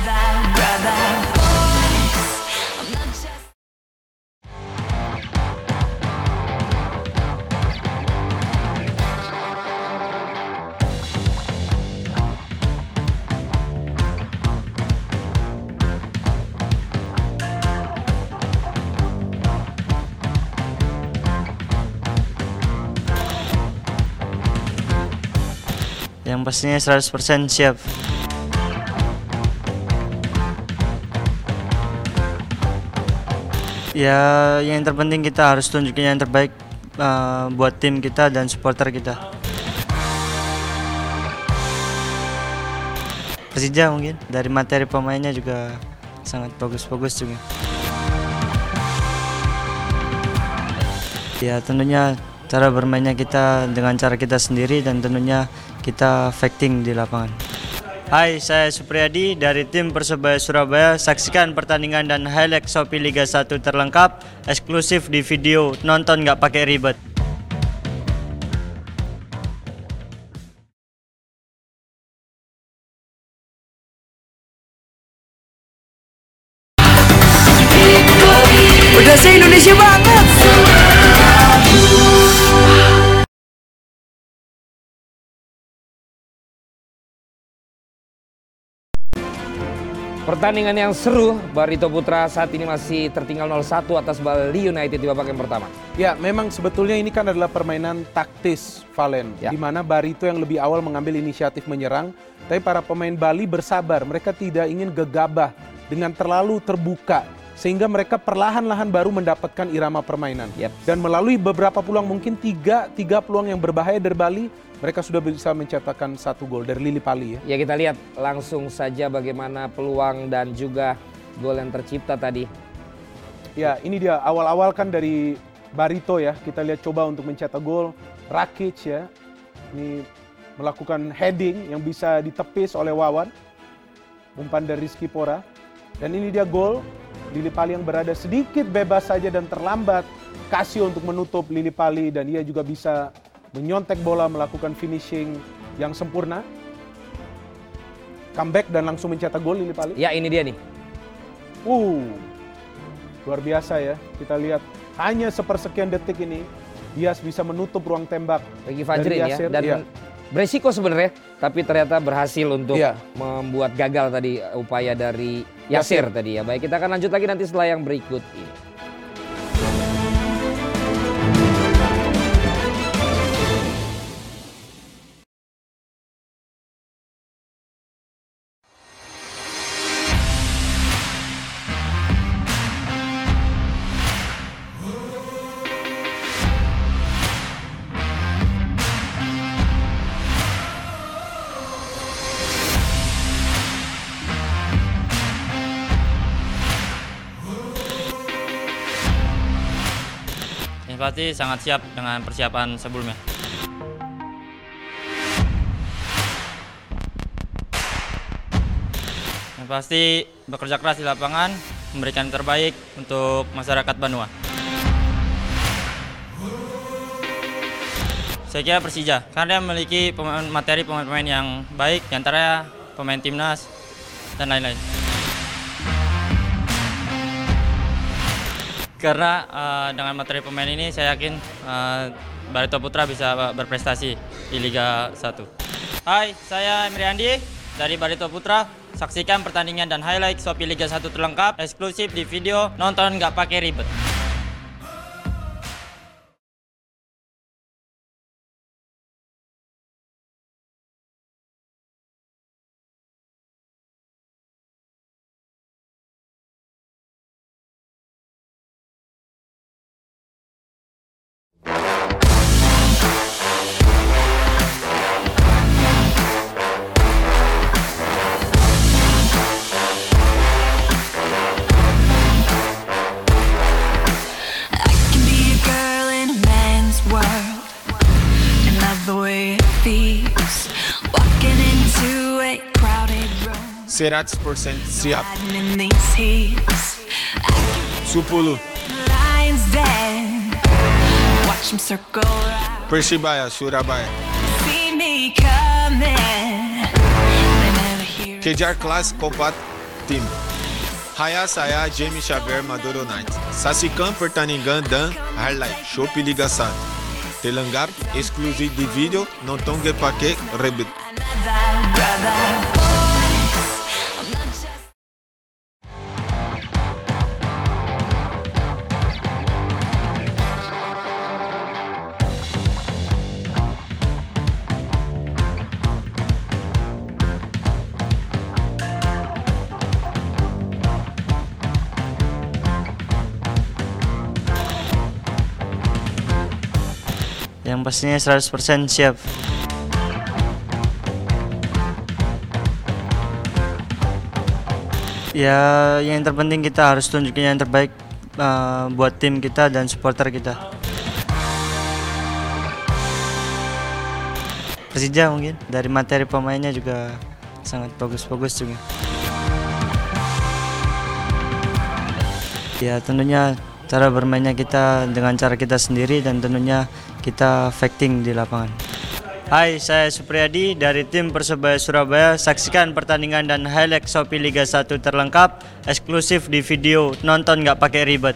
Yang pastinya seratus persen siap. Ya, yang terpenting kita harus tunjukin yang terbaik uh, buat tim kita dan supporter kita. Persija mungkin, dari materi pemainnya juga sangat bagus-bagus juga. Ya, tentunya cara bermainnya kita dengan cara kita sendiri dan tentunya kita fighting di lapangan. Hai, saya Supriyadi dari tim Persebaya Surabaya. Saksikan pertandingan dan highlight Shopee Liga satu terlengkap, eksklusif di video, nonton nggak pakai ribet. Udah se-Indonesia banget. Pertandingan yang seru, Barito Putra saat ini masih tertinggal nol satu atas Bali United di babak yang pertama. Ya, memang sebetulnya ini kan adalah permainan taktis, Valen. Ya. Di mana Barito yang lebih awal mengambil inisiatif menyerang, tapi para pemain Bali bersabar. Mereka tidak ingin gegabah dengan terlalu terbuka, sehingga mereka perlahan-lahan baru mendapatkan irama permainan. Yep. Dan melalui beberapa peluang, mungkin tiga, tiga peluang yang berbahaya dari Bali, mereka sudah bisa mencetakkan satu gol dari Lili Pali ya. Ya, kita lihat langsung saja bagaimana peluang dan juga gol yang tercipta tadi. Ya, ini dia awal-awal kan dari Barito ya. Kita lihat coba untuk mencetak gol. Rakic ya, ini melakukan heading yang bisa ditepis oleh Wawan. Umpan dari Rizky Pora. Dan ini dia gol. Lili Pali yang berada sedikit bebas saja dan terlambat. Kasih untuk menutup Lili Pali dan ia juga bisa menyontek bola, melakukan finishing yang sempurna. Comeback dan langsung mencetak gol Lili Pali. Ya, ini dia nih. Uh, luar biasa ya. Kita lihat hanya sepersekian detik ini Dias bisa menutup ruang tembak Bagi Fajrin ya. Yasir. Dan Iya. beresiko sebenarnya, tapi ternyata berhasil untuk Iya. membuat gagal tadi upaya dari Yasir, Yasir. tadi ya. Baik, kita akan lanjut lagi nanti setelah yang berikut ini. Yang pasti sangat siap dengan persiapan sebelumnya. Yang pasti bekerja keras di lapangan, memberikan yang terbaik untuk masyarakat Banua. Saya kira Persija, karena dia memiliki pemain, materi pemain-pemain yang baik, diantaranya pemain timnas dan lain-lain. Karena uh, dengan materi pemain ini saya yakin uh, Barito Putra bisa berprestasi di Liga satu. Hai, saya Emriandi dari Barito Putra. Saksikan pertandingan dan highlight Shopee Liga satu terlengkap, eksklusif di video, nonton nggak pakai ribet. I can be a girl in a man's world and love the way it feels. Walking into a crowded room, seratus persen siap. hiding in these heats. sepuluh. Lions den, watch them circle around. Persibaya Surabaya. See me coming. They never hear it. Kejar kelas kompat tim. Hai, saya Jamie Xavier Maduro Knight. Saksikan pertandingan dan highlight Shopee Liga satu. Terlengkap eksklusif di video, nonton nggak pakai ribet. Another brother voice. I'm not just Yang pastinya seratus persen siap. Ya, yang terpenting kita harus tunjukin yang terbaik uh, buat tim kita dan supporter kita. Persija mungkin dari materi pemainnya juga sangat bagus-bagus juga. Ya, tentunya cara bermainnya kita dengan cara kita sendiri dan tentunya kita fighting di lapangan. Hai, saya Supriyadi dari tim Persebaya Surabaya. Saksikan pertandingan dan highlight Shopee Liga satu terlengkap, eksklusif di video, nonton nggak pakai ribet.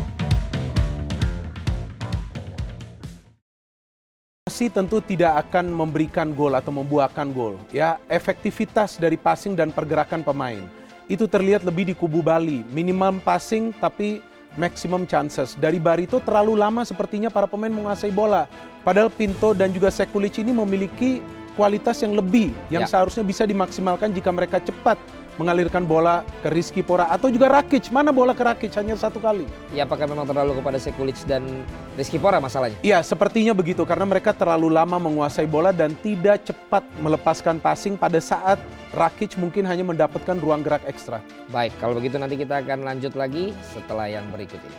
Pasti tentu tidak akan memberikan gol atau membuahkan gol. Ya, efektivitas dari passing dan pergerakan pemain itu terlihat lebih di kubu Bali. Minimum passing tapi maximum chances. Dari Barito terlalu lama sepertinya para pemain menguasai bola. Padahal Pinto dan juga Sekulic ini memiliki kualitas yang lebih, yang Ya. seharusnya bisa dimaksimalkan jika mereka cepat mengalirkan bola ke Rizky Pora atau juga Rakic. Mana bola ke Rakic? Hanya satu kali. Ya, apakah memang terlalu kepada Sekulic dan Rizky Pora masalahnya? Iya, sepertinya begitu karena mereka terlalu lama menguasai bola dan tidak cepat melepaskan passing pada saat Rakic mungkin hanya mendapatkan ruang gerak ekstra. Baik, kalau begitu nanti kita akan lanjut lagi setelah yang berikut ini.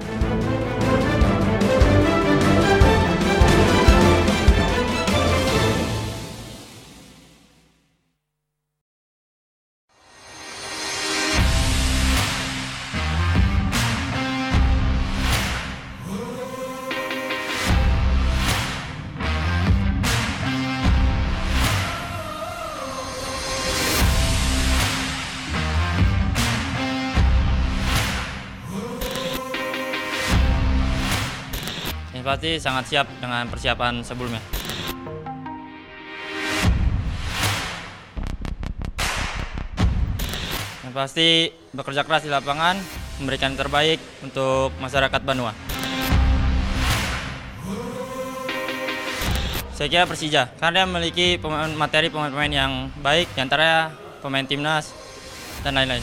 Ini pasti sangat siap dengan persiapan sebelumnya. Yang pasti bekerja keras di lapangan, memberikan yang terbaik untuk masyarakat Banua. Saya kira Persija, karena dia memiliki pemain, materi pemain-pemain yang baik, diantaranya pemain timnas dan lain-lain.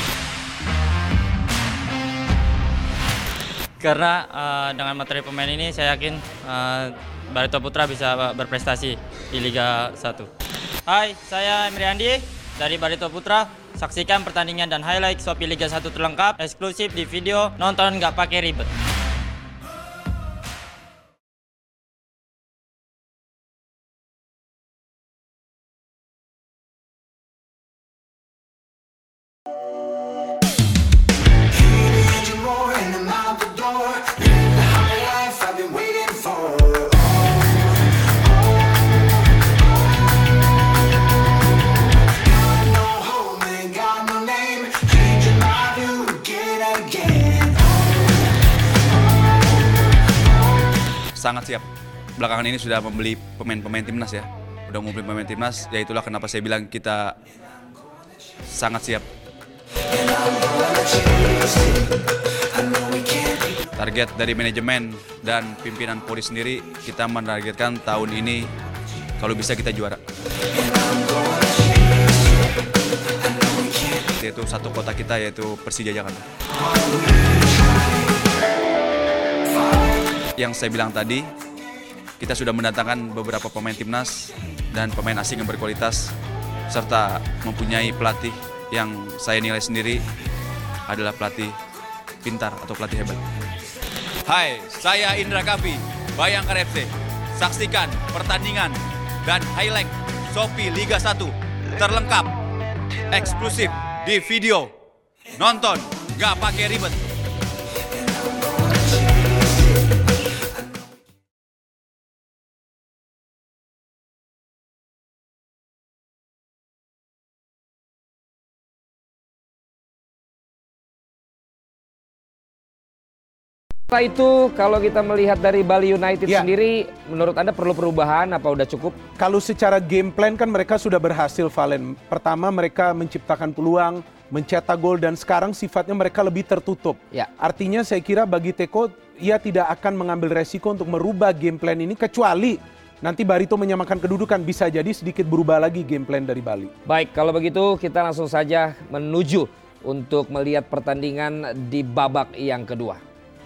Karena uh, dengan materi pemain ini saya yakin uh, Barito Putra bisa berprestasi di Liga satu. Hai, saya Emriandi dari Barito Putra. Saksikan pertandingan dan highlight Shopee Liga satu terlengkap, eksklusif di video, nonton nggak pakai ribet. Sangat siap. Belakangan ini sudah membeli pemain-pemain timnas ya. Udah membeli pemain timnas, ya itulah kenapa saya bilang kita sangat siap. Target dari manajemen dan pimpinan Polri sendiri, kita menargetkan tahun ini kalau bisa kita juara. Yaitu satu kota kita, yaitu Persija Jakarta. Yang saya bilang tadi, kita sudah mendatangkan beberapa pemain timnas dan pemain asing yang berkualitas, serta mempunyai pelatih yang saya nilai sendiri adalah pelatih pintar atau pelatih hebat. Hai, saya Indra Kavi, Bayangkara F C. Saksikan pertandingan dan highlight Shopee Liga satu terlengkap, eksklusif di video. Nonton, gak pakai ribet. Setelah itu kalau kita melihat dari Bali United Ya. sendiri, menurut Anda perlu perubahan apa udah cukup? Kalau secara game plan kan mereka sudah berhasil, Valen. Pertama mereka menciptakan peluang, mencetak gol, dan sekarang sifatnya mereka lebih tertutup. Ya. Artinya saya kira bagi Teko, ia tidak akan mengambil resiko untuk merubah game plan ini, kecuali nanti Barito menyamakan kedudukan, bisa jadi sedikit berubah lagi game plan dari Bali. Baik, kalau begitu kita langsung saja menuju untuk melihat pertandingan di babak yang kedua.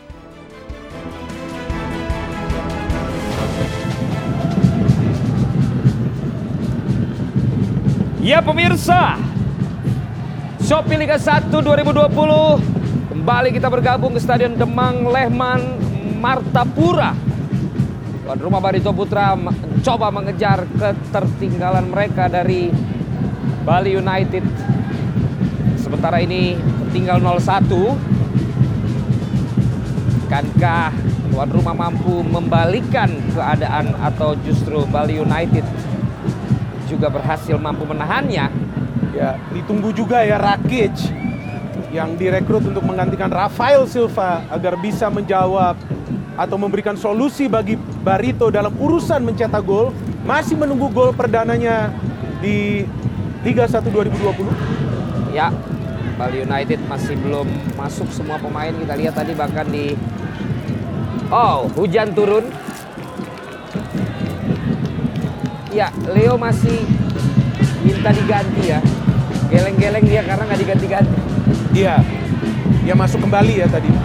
Ya pemirsa, Shopee Liga satu dua ribu dua puluh kembali kita bergabung ke Stadion Demang Lehman Martapura. Tuan rumah Barito Putra mencoba mengejar ketertinggalan mereka dari Bali United. Sementara ini tinggal nol satu. Akankah tuan rumah mampu membalikan keadaan atau justru Bali United juga berhasil mampu menahannya? Ya, ditunggu juga ya Rakic yang direkrut untuk menggantikan Rafael Silva agar bisa menjawab atau memberikan solusi bagi Barito dalam urusan mencetak gol. Masih menunggu gol perdananya di Liga satu dua ribu dua puluh. Ya, Bali United masih belum masuk semua pemain. Kita lihat tadi bahkan di Oh, hujan turun. Ya, Leo masih minta diganti ya. Geleng-geleng dia karena nggak diganti-ganti. Iya, dia masuk kembali ya tadi.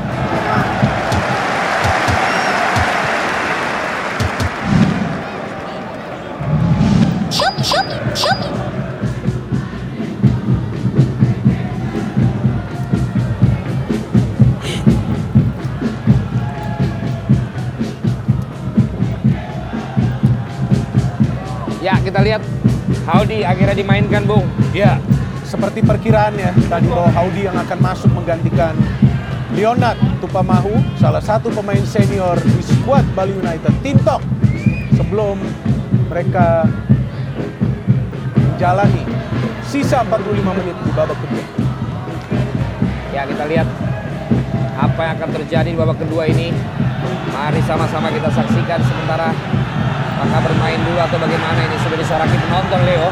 Ya, kita lihat Howdy akhirnya dimainkan, Bung. Ya, seperti perkiraannya tadi bahwa Howdy yang akan masuk menggantikan Leonard Tupamahu, salah satu pemain senior di skuad Bali United. Tintok sebelum mereka menjalani sisa empat puluh lima menit di babak kedua. Ya, kita lihat apa yang akan terjadi di babak kedua ini. Mari sama-sama kita saksikan sementara apakah bermain dulu atau bagaimana. Ini sudah disoraki penonton, Leo.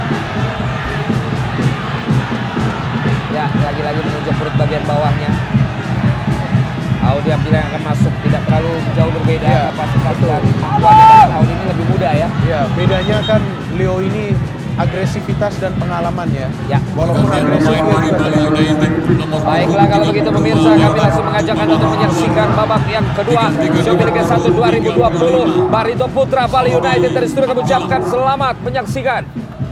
Ya, lagi-lagi menunjuk perut bagian bawahnya. Audi Abdillah yang akan masuk, tidak terlalu jauh berbeda Ya, kapasitas betul. dan kemampuannya, karena Audi ini lebih muda ya. Ya, bedanya kan Leo ini agresivitas dan pengalamannya. Ya. Walaupun Pemain agresifnya dari juga Bali United nomor Baiklah kalau begitu pemirsa, kami langsung mengajak Anda untuk menyaksikan babak yang kedua Shopee Liga satu dua ribu dua puluh. Barito Putra Bali United dari studio kami ucapkan selamat menyaksikan.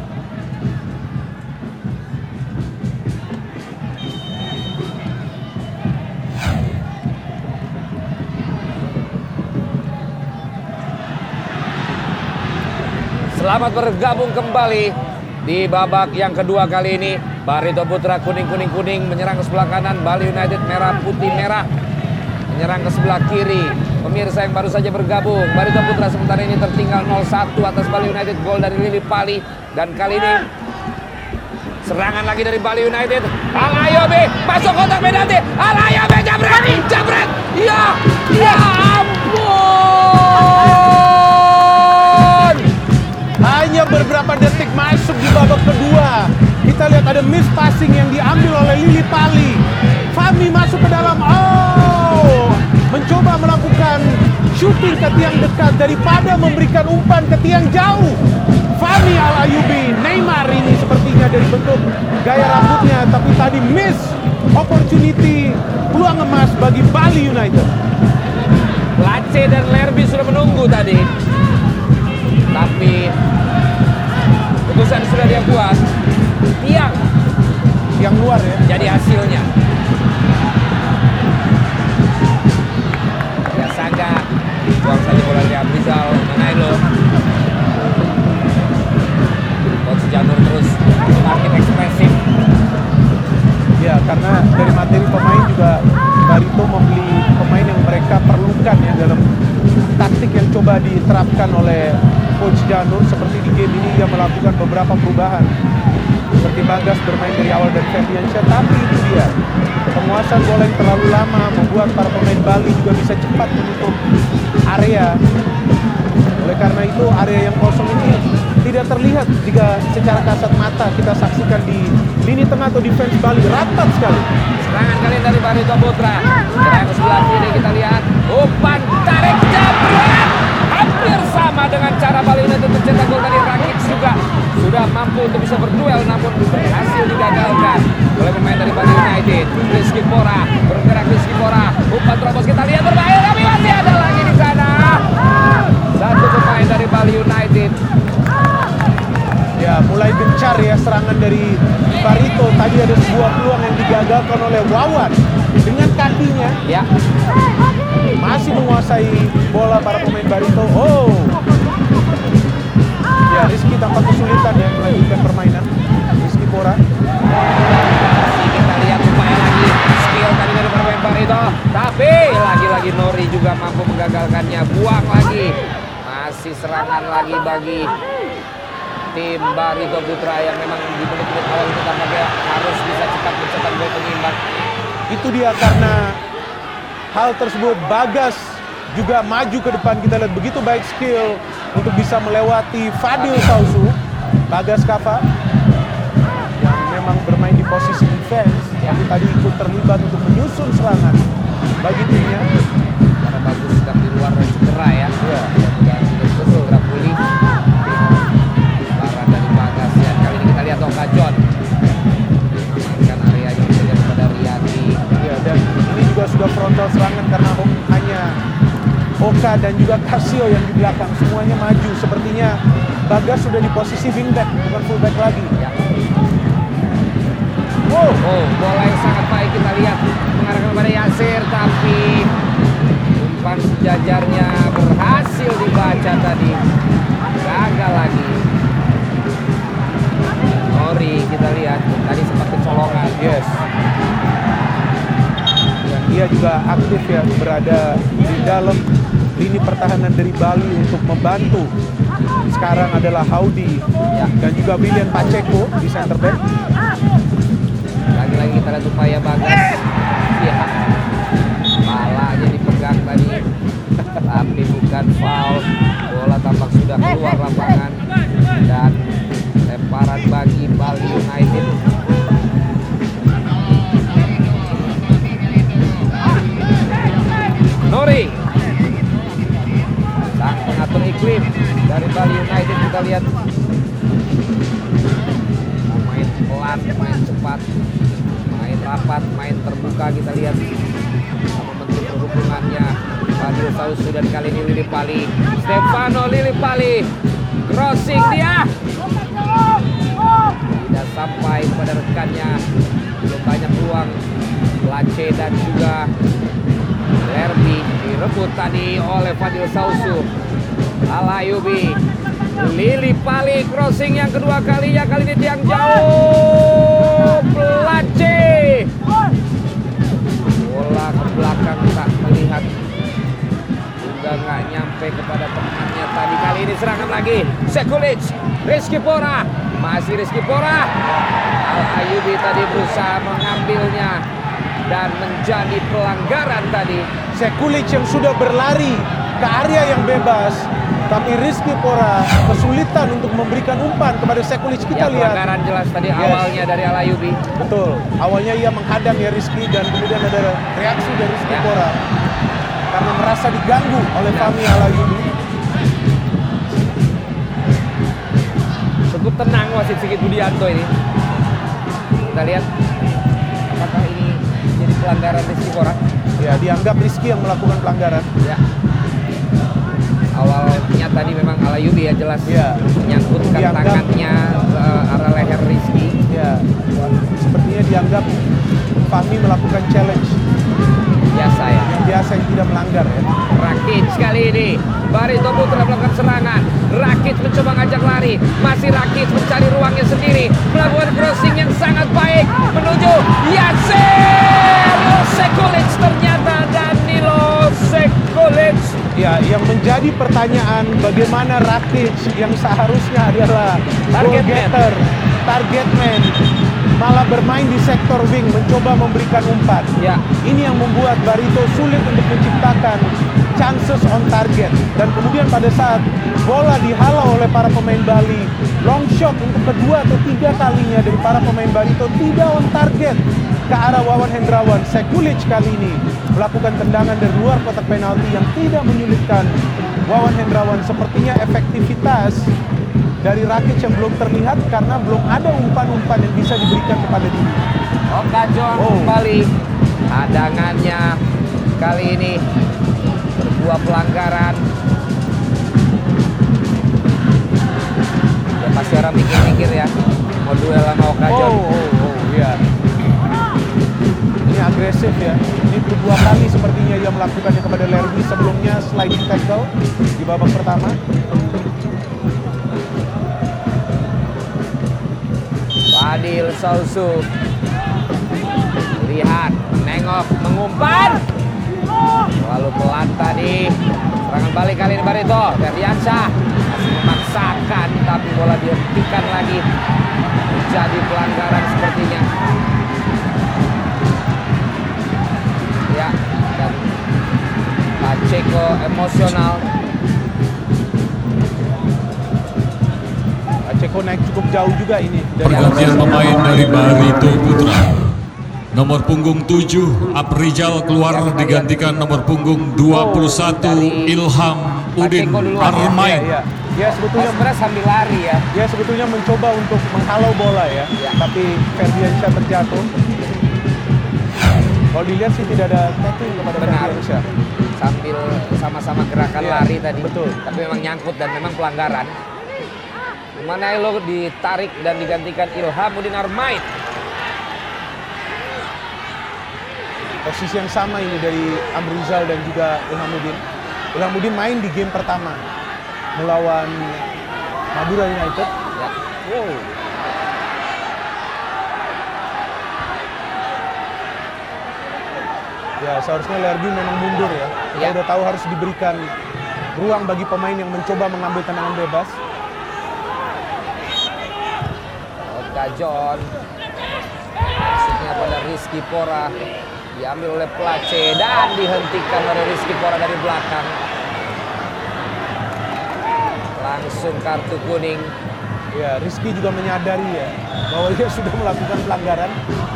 Selamat bergabung kembali di babak yang kedua kali ini. Barito Putra kuning-kuning-kuning menyerang ke sebelah kanan. Bali United merah putih merah menyerang ke sebelah kiri. Pemirsa yang baru saja bergabung, Barito Putra sementara ini tertinggal nol satu atas Bali United. Gol dari Lili Pali. Dan kali ini serangan lagi dari Bali United. Alayobe masuk kotak penalti. Alayobe jabret, jabret. Ya, ya ampun. Hanya beberapa detik masuk di babak kedua. Kita lihat ada miss passing yang diambil oleh Lili Pali. Fahmi masuk ke dalam. Oh, mencoba melakukan shooting ke tiang dekat daripada memberikan umpan ke tiang jauh. Fahmi Al-Ayubi, Neymar ini sepertinya dari bentuk gaya rambutnya, tapi tadi miss opportunity, peluang emas bagi Bali United. Lace dan Lerby sudah menunggu tadi. Tapi keputusan sudah dia buat. Tiang yang luar ya. jadi hasilnya. Ya Saga buang saja bola dari Abrizal Manailo. Coach Janur terus semakin ekspresif. Ya, karena dari materi pemain juga Barito membeli pemain yang mereka perlukan ya dalam taktik yang coba diterapkan oleh Coach Janur. Seperti di game ini dia melakukan beberapa perubahan. Seperti Bagas bermain dari awal dan Ferdiansyah, tapi itu dia penguasaan bola yang terlalu lama membuat para pemain Bali juga bisa cepat menutup area. Oleh karena itu area yang kosong ini tidak terlihat jika secara kasat mata kita saksikan di lini tengah atau defense Bali rapat sekali. Serangan kali ini dari Barito Putra. Serangan sebelah kiri kita lihat. Umpan tarik jabret. Hampir sama dengan cara Bali United mencetak gol tadi. Rakic juga sudah mampu untuk bisa berduel namun berhasil digagalkan oleh pemain dari Bali United. Rizky Pora bergerak, Rizky Pora umpan terobos kita lihat berbahaya tapi masih ada lagi di sana. Satu pemain dari Bali United. Ya, mulai gencar ya serangan dari Barito. Tadi ada sebuah peluang yang digagalkan oleh Wawan dengan kakinya. Ya. Masih menguasai bola para pemain Barito. Oh. Ya, Rizky tampak kesulitan ya melanjutkan permainan. Rizky Pora. Masih kita lihat upaya lagi skill tadi dari pemain Barito. Tapi lagi-lagi Nori juga mampu menggagalkannya. Buang lagi. Masih serangan lagi bagi tim Barito Putra yang memang di menit-menit awal itu tampaknya harus bisa cepat mencetak gol penyimbang. Itu dia karena hal tersebut Bagas juga maju ke depan. Kita lihat begitu baik skill untuk bisa melewati Fadil Sausu. Bagas Kava yang memang bermain di posisi defense, tapi tadi ikut terlibat untuk menyusun serangan bagi timnya. Karena Bagus sedang di luar dan cedera ya. Ya. Dan sudah segera pulih. Baran dari Bagas ya. Kali ini kita lihat Oka John mengamankan area yang terlihat kepada Riyadi. Ya, dan ini juga sudah frontal serangan karena hanya Oka dan juga Casio yang di belakang semuanya maju. Sepertinya Bagas sudah di posisi wingback bukan fullback lagi. Ya. Wow. Oh, bola yang sangat baik kita lihat mengarahkan kepada Yasir, tapi umpan sejajarnya berhasil dibaca tadi. Gagal lagi. Nori kita lihat tadi sempat kecolongan. Yes. Dan dia juga aktif ya berada di dalam lini pertahanan dari Bali untuk membantu. Sekarang adalah Haudi Ya. dan juga William Pacheco di center back. Lagi-lagi kita lihat upaya Bagas. Ya. Palanya dipegang tadi. Tapi bukan foul. Bola tampak sudah keluar lapangan dan lemparan bagi Bali United. Nori, sang pengatur iklim dari Bali United, kita lihat main pelan, main cepat, main rapat, main terbuka. Kita lihat sama menteri perhubungannya Fadil Sausu dan kali ini Lili Pali. Stefano Lili Pali crossing dia tidak sampai kepada rekannya. Belum banyak peluang. Lace dan juga Lerby direbut tadi oleh Fadil Sausu. Alayubi, Lili Pali crossing yang kedua kalinya, kali ini tiang jauh. Lace bola ke belakang tak melihat juga nggak nyampe kepada temannya tadi. Kali ini serangan lagi Sekulic, Rizky Pora, masih Rizky Pora. Al-Ayubi tadi berusaha mengambilnya dan menjadi pelanggaran tadi. Sekulic yang sudah berlari ke area yang bebas, tapi Rizky Pora kesulitan untuk memberikan umpan kepada Sekulic. Kita Ya, lihat pelanggaran jelas tadi Yes. awalnya dari Al-Ayubi. betul, awalnya ia menghadang ya Rizky dan kemudian ada reaksi dari Rizky Ya. Pora karena merasa diganggu oleh Fahmi Al-Ayubi. Cukup tenang wasit Sigit Budianto ini. Kita lihat apakah ini jadi pelanggaran Rizky Pora. Ya, dianggap Rizky yang melakukan pelanggaran. Ya. Awalnya tadi memang Al-Ayubi ya jelas Ya. menyangkutkan Dianggap- tangannya ke arah leher Rizky. Ya, sepertinya dianggap Fahmi melakukan challenge Biasa ya. yang biasa yang tidak melanggar ya. Rakic kali ini. Barito Putra melakukan serangan. Rakic mencoba ngajak lari. Masih Rakic mencari ruangnya sendiri. Melakukan crossing yang sangat baik menuju Yasir Sekulic. Ternyata Danilo Sekulic. Ya, yang menjadi pertanyaan bagaimana Rakic yang seharusnya adalah Target goal getter, target man, malah bermain di sektor wing, mencoba memberikan umpan. Ya. Ini yang membuat Barito sulit untuk menciptakan chances on target. Dan kemudian pada saat bola dihalau oleh para pemain Bali, long shot untuk kedua atau tiga kalinya dari para pemain Barito tidak on target ke arah Wawan Hendrawan. Sekulic kali ini melakukan tendangan dari luar kotak penalti yang tidak menyulitkan Wawan Hendrawan. Sepertinya efektivitas dari Rakic yang belum terlihat karena belum ada umpan-umpan yang bisa diberikan kepada dia. Okajon Oh. kembali. Hadangannya kali ini berbuah pelanggaran. Ya pasti orang mikir-mikir ya mau duel sama Okajon. Oh, oh, oh, iya. Ini agresif ya. Ini kedua kali sepertinya ia melakukannya kepada Lerby. Sebelumnya sliding tackle di babak pertama. Fadil Sausu. Lihat, menengok, mengumpan. Lalu pelan tadi. Serangan balik kali ini Barito. Ferdiansyah masih memaksakan, tapi bola dihentikan lagi. Jadi pelanggaran sepertinya. Ya, dan Pacheco emosional. Pacheco naik cukup jauh juga ini. Dari Pergantian pemain dari Barito Putra. Nomor punggung tujuh Aprijal keluar digantikan nomor punggung dua puluh satu Ilham Udin Pacheco duluan, Armain. Ya, ya. Ya Oh, sebetulnya sebenarnya sambil lari ya. dia sebetulnya mencoba untuk menghalau bola ya, Ya. tapi Ferdiansyah terjatuh. Kalau dilihat sih tidak ada tackling kepada Benar. Ferdiansyah. Sambil sama-sama gerakan Iya, lari tadi. betul. Tapi memang nyangkut dan memang pelanggaran. Manailo ditarik dan digantikan Ilhamuddin Armain. Posisi yang sama ini dari Amrizal dan juga Ilhamuddin. Ilhamuddin main di game pertama melawan Madura United. Ya. Wow. Ya seharusnya Lerby memang mundur ya. Kita Ya. udah tahu harus diberikan ruang bagi pemain yang mencoba mengambil tendangan bebas. Okajon. Maksudnya pada Rizky Pora. Diambil oleh Place dan dihentikan oleh Rizky Pora dari belakang. Langsung kartu kuning. Ya, Rizky juga menyadari ya bahwa dia sudah melakukan pelanggaran.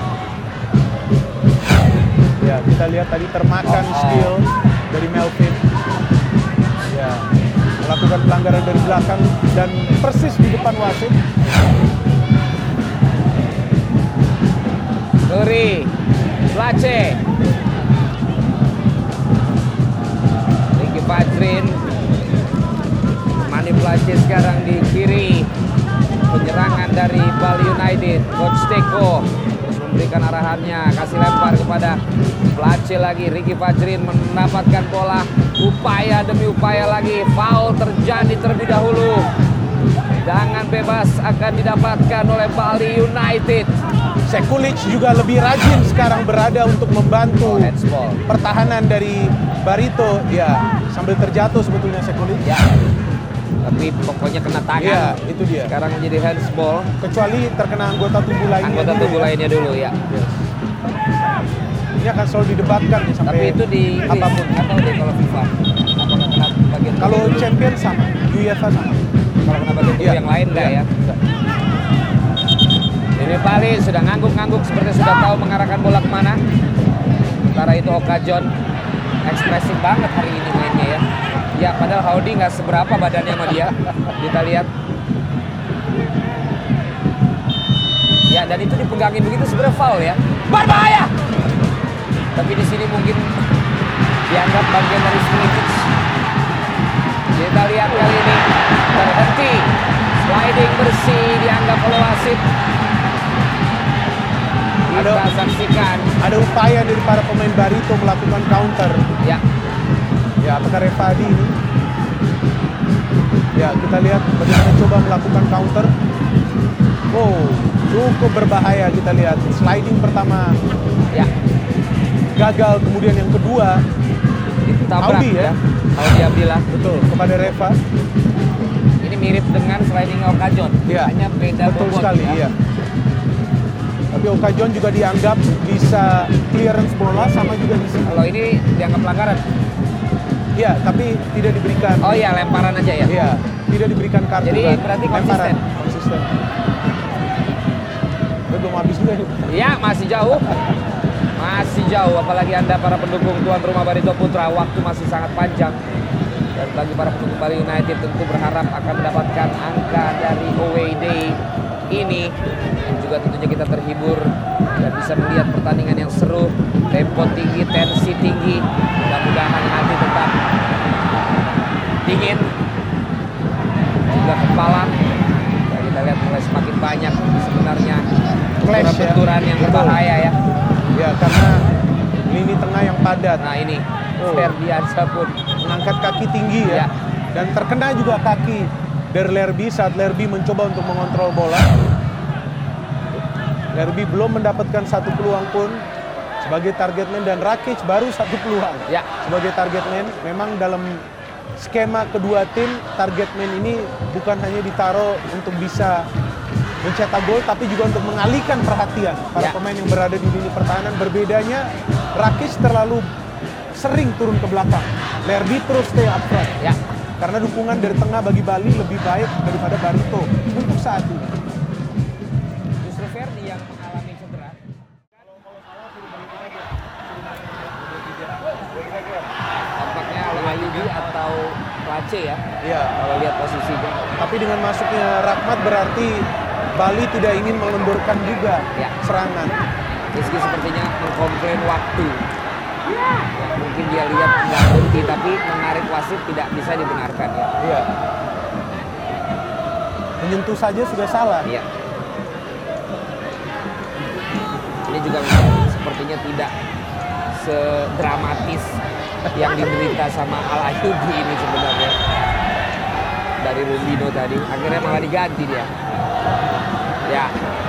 Ya, kita lihat tadi termakan Oh, oh. skill dari Melvin. Ya, melakukan pelanggaran dari belakang dan persis di depan wasit. Nuri, Place, Ricky Fajrin, Mani Place sekarang di kiri. Penyerangan dari Bali United, Coach Teko terus memberikan arahannya, kasih lempar kepada Place lagi. Ricky Fajrin mendapatkan bola, upaya demi upaya lagi, foul terjadi terlebih dahulu. Tendangan bebas akan didapatkan oleh Bali United. Sekulic juga lebih rajin sekarang berada untuk membantu Oh, handsball. pertahanan dari Barito. Ya, sambil terjatuh sebetulnya Sekulic. Ya, tapi pokoknya kena tangan. Ya, itu dia. Sekarang menjadi handsball. Kecuali terkena anggota tubuh lainnya. Anggota dulu tubuh ya. lainnya dulu ya. Ini akan selalu didebatkan nih sampai Tapi itu di apapun. nggak tahu deh kalau FIFA. Apakah kena bagian Kalau tubuh? champion sama, UEFA sama. Kalau kena bagian tubuh Iya. yang lain enggak Iya. ya? Ini Bali sudah ngangguk-ngangguk seperti sudah tahu mengarahkan bola kemana. Sementara itu Okajon ekspresif banget hari ini mainnya ya. Ya padahal Howdy nggak seberapa badannya sama dia. Kita lihat. Ya dan itu dipegangin begitu sebenarnya foul ya. Berbahaya. Tapi di sini mungkin dianggap bagian dari Skrillex. Kita lihat kali ini terhenti. Sliding bersih dianggap oleh wasit. Kita Ada- saksikan. Ada upaya dari para pemain Barito melakukan counter. Ya, Ya, apakah Revadi ini? Ya, kita lihat bagaimana coba melakukan counter. Wow, cukup berbahaya kita lihat. Sliding pertama ya. gagal, kemudian yang kedua Ditabrak Audi ya. ya. Audi Abdillah. betul kepada Reva. Ini mirip dengan sliding Okajon. Iya. Hanya beda Betul bobot sekali, ya. iya. Tapi Okajon juga dianggap bisa clearance bola, sama juga di sini. Kalau ini dianggap pelanggaran. Iya, tapi tidak diberikan. Oh iya, lemparan aja ya. Iya, tidak diberikan kartu. Jadi kan? berarti Lemparan. konsisten. Konsisten. Udah belum habis juga ini. Iya, masih jauh. Masih jauh, apalagi Anda para pendukung tuan rumah Barito Putra, waktu masih sangat panjang. Dan bagi para pendukung Bali United tentu berharap akan mendapatkan angka dari away day ini. Dan juga tentunya kita terhibur dan bisa melihat pertandingan yang seru, tempo tinggi, tensi tinggi. Mudah-mudahan hati tetap dingin, juga kepala. Dan kita lihat mulai semakin banyak sebenarnya benturan-benturan yang berbahaya ya. Ya, karena lini tengah yang padat. Nah ini, Oh. Ferdiansyah pun Mengangkat kaki tinggi ya. Ya. Dan terkena juga kaki dari Lerby saat Lerby mencoba untuk mengontrol bola. Lerby belum mendapatkan satu peluang pun sebagai target man, dan Rakic baru satu peluang Ya. sebagai target man. Memang dalam skema kedua tim, target man ini bukan hanya ditaruh untuk bisa mencetak gol, tapi juga untuk mengalihkan perhatian para Ya. pemain yang berada di lini pertahanan. Berbedanya, Rakic terlalu sering turun ke belakang. Lerby terus stay up front. Ya. Karena dukungan dari tengah bagi Bali lebih baik daripada Barito untuk saat ini. Justru Ferdi yang mengalami cedera. Tampaknya Ayubi atau Place ya, Iya. kalau lihat posisinya. Tapi dengan masuknya Rahmat berarti Bali tidak ingin melundurkan juga Ya. serangan. Rizky sepertinya mengkomplain waktu. Ya, mungkin dia lihat nggak berhenti, tapi menarik wasit tidak bisa dibenarkan ya. Iya. Menyentuh saja sudah salah. Iya. Ini juga memang sepertinya tidak sedramatis yang diderita sama Al Ayubi ini sebenarnya. Dari Rundino tadi, akhirnya malah diganti dia. Ya.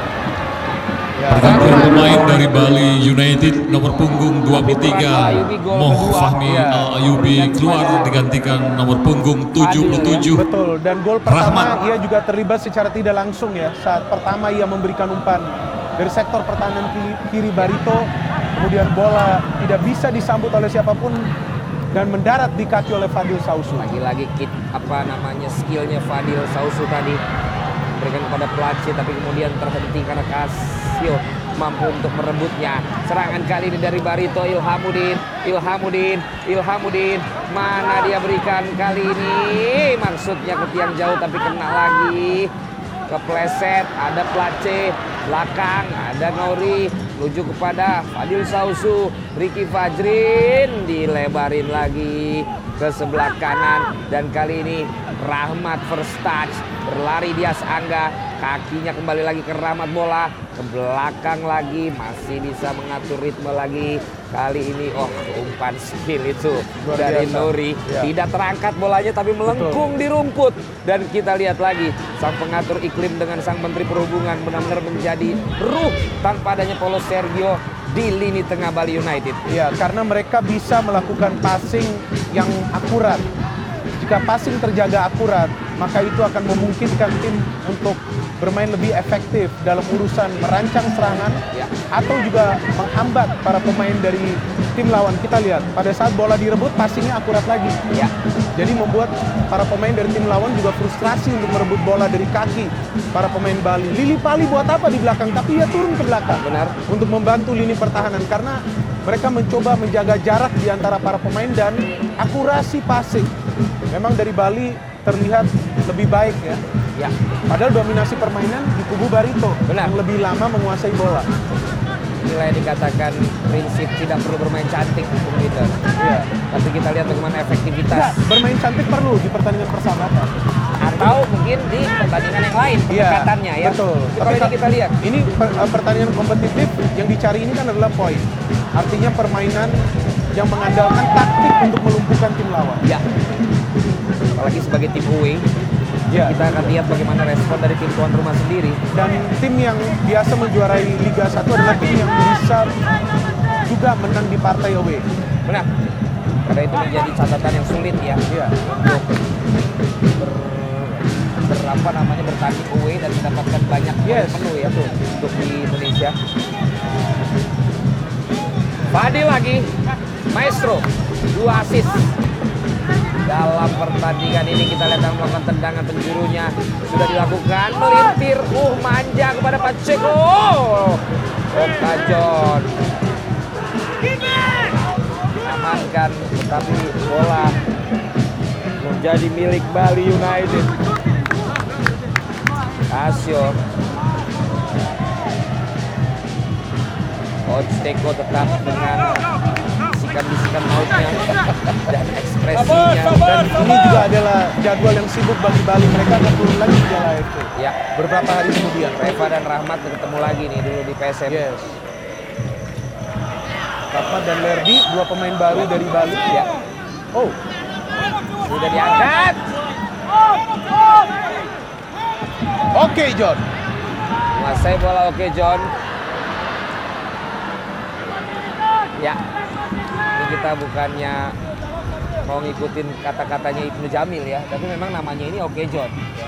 Ya. Pergantian pemain dari Bali United nomor punggung dua puluh tiga Moh Fahmi Al Ayubi keluar digantikan nomor punggung tujuh puluh tujuh Betul, dan gol pertama Rahmat. ia juga terlibat secara tidak langsung ya. Saat pertama ia memberikan umpan dari sektor pertahanan kiri, kiri Barito, kemudian bola tidak bisa disambut oleh siapapun dan mendarat di kaki oleh Fadil Sausu. Lagi-lagi kit apa namanya skillnya Fadil Sausu tadi berikan kepada Place, tapi kemudian terhenti karena Casio mampu untuk merebutnya. Serangan kali ini dari Barito, Ilhamuddin, Ilhamuddin, Ilhamuddin, mana dia berikan kali ini? Maksudnya ke tiang jauh tapi kena lagi. Kepleset, ada Place, belakang, ada Nori, menuju kepada Fadil Sausu, Ricky Fajrin, dilebarin lagi ke sebelah kanan, dan kali ini Rahmat first touch, berlari Dias Angga, kakinya kembali lagi ke Rahmat, bola ke belakang lagi, masih bisa mengatur ritme lagi. Kali ini oh umpan skill itu Luar dari biasa. Nori, Ya. tidak terangkat bolanya tapi melengkung di rumput. Dan kita lihat lagi sang pengatur iklim dengan sang Menteri Perhubungan benar-benar menjadi ruh tanpa adanya Paulo Sergio di lini tengah Bali United. Ya, karena mereka bisa melakukan passing yang akurat. Jika passing terjaga akurat, maka itu akan memungkinkan tim untuk bermain lebih efektif dalam urusan merancang serangan Ya. atau juga menghambat para pemain dari tim lawan. Kita lihat pada saat bola direbut, passingnya akurat lagi. Ya. Jadi membuat para pemain dari tim lawan juga frustrasi untuk merebut bola dari kaki para pemain Bali. Lili Pali buat apa di belakang? Tapi ia turun ke belakang. Benar. Untuk membantu lini pertahanan karena mereka mencoba menjaga jarak di antara para pemain dan akurasi passing. Memang dari Bali terlihat lebih baik ya. Ya, Padahal dominasi permainan di kubu Barito Benar. yang lebih lama menguasai bola. inilah yang dikatakan prinsip tidak perlu bermain cantik Bung Peter. Iya. Tapi kita lihat bagaimana efektivitas. Enggak, bermain cantik perlu di pertandingan persahabatan. Atau mungkin di pertandingan yang lain pendekatannya ya. Betul. Tapi kalau ini kita lihat ini per- eh, pertandingan kompetitif yang dicari ini kan adalah poin. Artinya permainan yang mengandalkan taktik untuk melumpuhkan tim lawan. ya, apalagi sebagai tim away, Ya. kita akan lihat bagaimana respon dari tim tuan rumah sendiri. Dan tim yang biasa menjuarai Liga satu adalah tim yang bisa juga menang di partai away. Benar. Karena itu menjadi catatan yang sulit ya Iya. untuk ber, ber- apa apa namanya bertanding away dan mendapatkan banyak poin Yes, penuh ya tuh untuk di Indonesia. Fadil lagi, Maestro, dua assist. Dalam pertandingan ini kita lihat yang melakukan tendangan penjurunya sudah dilakukan, melintir, uh manja kepada Pacheco. Oh, Okajon amankan, tetapi bola menjadi milik Bali United. Casio, Coach Teko tetap dengan bisikan-bisikan mautnya dan ekspresinya. Dan ini juga adalah jadwal yang sibuk bagi Bali. Mereka akan turun lagi di Piala A F C. Ya, Beberapa hari kemudian. Reva dan Rahmat ketemu lagi nih dulu di P S M. Yes. Rahmat dan Lerdi, dua pemain baru dari Bali. Ya. Oh, Sudah diangkat. oke John. Menguasai bola, oke John. Ya, ini kita bukannya mau ngikutin kata-katanya Ibnu Jamil ya, tapi memang namanya ini oke John.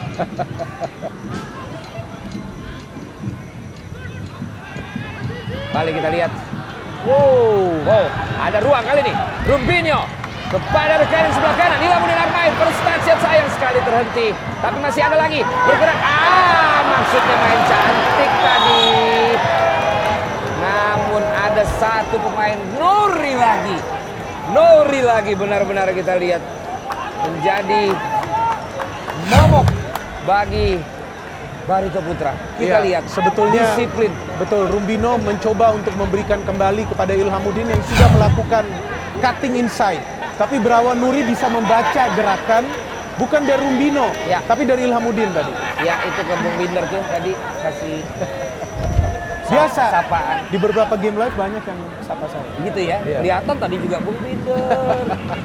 Balik kita lihat. Wow, wow, ada ruang kali ini. Rumbinho kepada rekan sebelah kanan. Ilamuddin Armain, first touch sayang sekali terhenti. Tapi masih ada lagi bergerak. Ah, maksudnya main cantik tadi. Namun ada satu pemain Nuri lagi. Nuri lagi benar-benar kita lihat menjadi momok bagi Barito Putra. Kita Iya, lihat sebetulnya disiplin. betul, Rumbinho mencoba untuk memberikan kembali kepada Ilhamuddin yang sudah melakukan cutting inside. Tapi Berawan Nuri bisa membaca gerakan bukan dari Rumbinho, Ya. tapi dari Ilhamuddin tadi. Ya itu ke Bung Binder tuh tadi kasih Biasa. sapaan. Di beberapa game live banyak yang sapa saya. Gitu ya. Iya. Kelihatan tadi juga Bung Binder.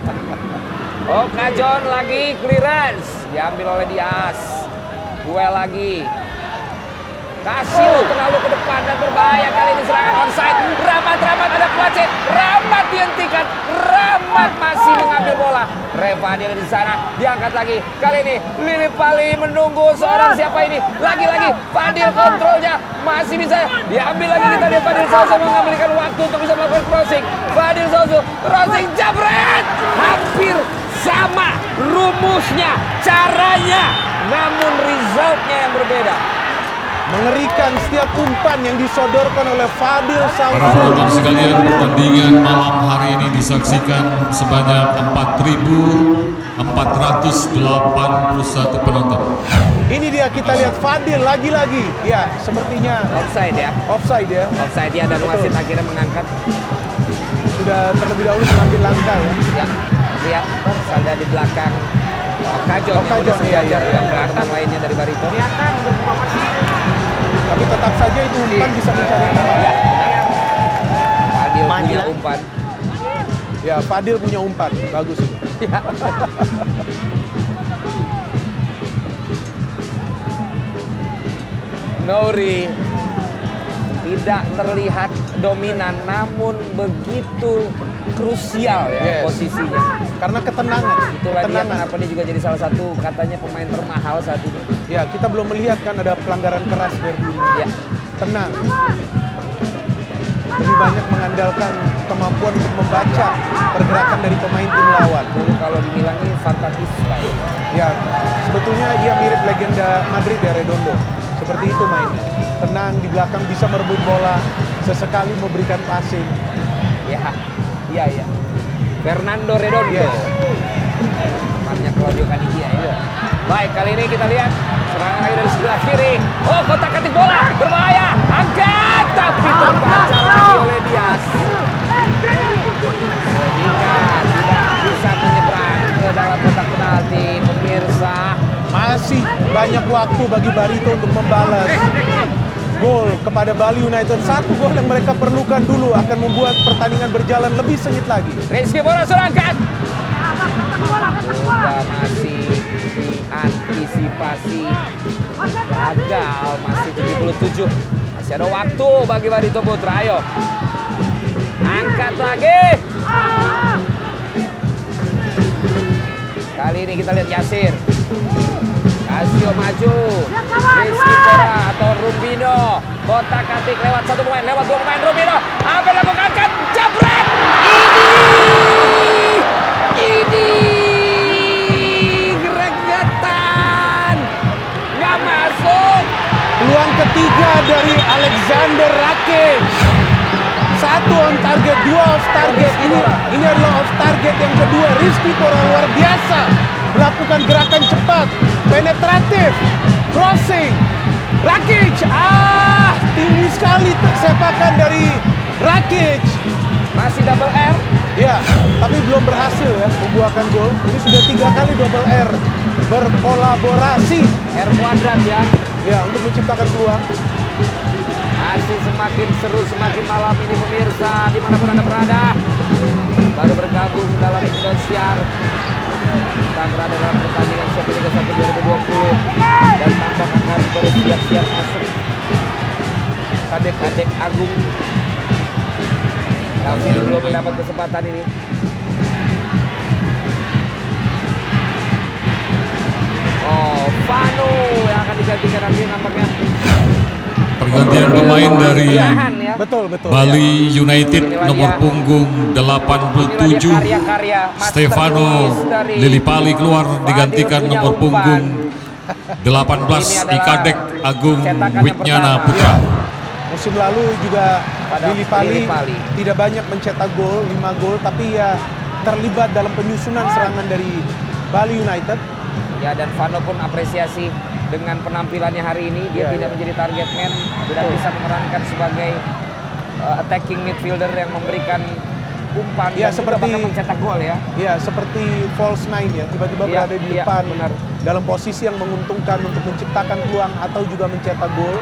Okajon lagi clearance diambil oleh Dias. Duel lagi. Kasih terlalu ke depan dan berbahaya kali ini serangan onside. Rahmat, Rahmat ada Kuace. Rahmat dihentikan. Rahmat masih mengambil bola. Reva dia di sana. Diangkat lagi. Kali ini Lili Pali menunggu seorang siapa ini. Lagi-lagi Fadil kontrolnya. Masih bisa diambil lagi. Kita lihat Fadil Sausu mengambilkan waktu untuk bisa melakukan crossing. Fadil Sausu crossing jabret. Hampir sama rumusnya, caranya. Namun resultnya yang berbeda. Mengerikan setiap umpan yang disodorkan oleh Fadil Para Sausu. penonton sekalian, pertandingan malam hari ini disaksikan sebanyak empat ribu empat ratus delapan puluh satu penonton. Ini dia kita lihat Fadil lagi-lagi. Ya, sepertinya Offside ya. offside ya. Offside ya dan wasit akhirnya mengangkat. Sudah terlebih dahulu mengambil langkah ya. Ya, lihat salda di belakang Okajon yang Okajon, udah iya, sejajar iya, dengan iya. teman lainnya dari Barito. Tapi tetap saja itu umpan bisa mencari tempat. Ya, Fadil punya umpan. Ya, Fadil punya umpan. Bagus itu. Ya. Nuri tidak terlihat dominan, namun begitu krusial ya Yes. posisinya. Karena ketenangan. Itulah dia ketenangan. kenapa dia juga jadi salah satu katanya pemain termahal saat ini. Ya, kita belum melihat kan ada pelanggaran keras dari dulu. Ya, Tenang. Lebih banyak mengandalkan kemampuan untuk membaca pergerakan dari pemain tim lawan. dulu kalau dibilang ini Fantatista ya. Ya, sebetulnya dia mirip legenda Madrid ya, Redondo. Seperti itu mainnya. Tenang di belakang, bisa merebut bola, sesekali memberikan passing. Ya, iya iya. Fernando Redondo. Yes. Temannya Claudio Canigia ya. Baik, kali ini kita lihat serangan lagi dari sebelah kiri. Oh, kotak atik bola, berbahaya. Angkat, tapi terbaca lagi oleh Dias. Sehingga tidak bisa menyeberang ke dalam kotak penalti. Pemirsa, Masih banyak waktu bagi Barito untuk membalas gol kepada Bali United. Satu gol yang mereka perlukan dulu akan membuat pertandingan berjalan lebih sengit lagi. Rizky Bola sudah angkat. Sudah masih diantisipasi. Gagal, masih tujuh puluh tujuh. Masih ada waktu bagi Barito Putra. Ayo. Angkat lagi. Kali ini kita lihat Yasir. Asio maju. Rizky Pora atau Rubino. Kotak atik lewat satu pemain, lewat dua pemain Rubino. Apa yang dilakukan? Kan jabret. Ini. Ini. Gregetan. Nggak masuk. Peluang ketiga dari Alexander Rakic. Satu on target, dua off target. Ini ini adalah off target yang kedua. Rizky Pora luar biasa melakukan gerakan cepat, penetratif, crossing. Rakic, ah, tinggi sekali sepakan dari Rakic. Masih double R. Ya, tapi belum berhasil ya membuahkan gol. Ini sudah tiga kali double R berkolaborasi. R kuadrat ya. Ya, untuk menciptakan peluang. Masih semakin seru, semakin malam ini pemirsa, dimanapun Anda berada. Baru bergabung dalam Indosiar. Kita berada dalam pertandingan Shopee Liga satu dua ribu dua puluh. Dan tampak akan bersiap-siap masuk kadek-kadek agung. Kami belum mendapat kesempatan ini. Oh, Vano yang akan digantikan nanti nampaknya. Pergantian pemain dari betul, betul. Bali United nomor punggung delapan puluh tujuh Stefano Lilipali keluar digantikan nomor punggung delapan belas Ikadek Agung Wijnana Putra. Musim lalu juga Lilipali tidak banyak mencetak gol, lima gol, tapi ya terlibat dalam penyusunan serangan dari Bali United. Ya, dan Vano pun apresiasi dengan penampilannya hari ini. Dia ya, tidak ya. menjadi target man dan bisa memerankan sebagai uh, attacking midfielder yang memberikan umpan ya, dan seperti, juga bahkan mencetak gol ya. Ya, seperti false nine ya, tiba-tiba ya, berada di ya, depan benar. dalam posisi yang menguntungkan untuk menciptakan peluang atau juga mencetak gol.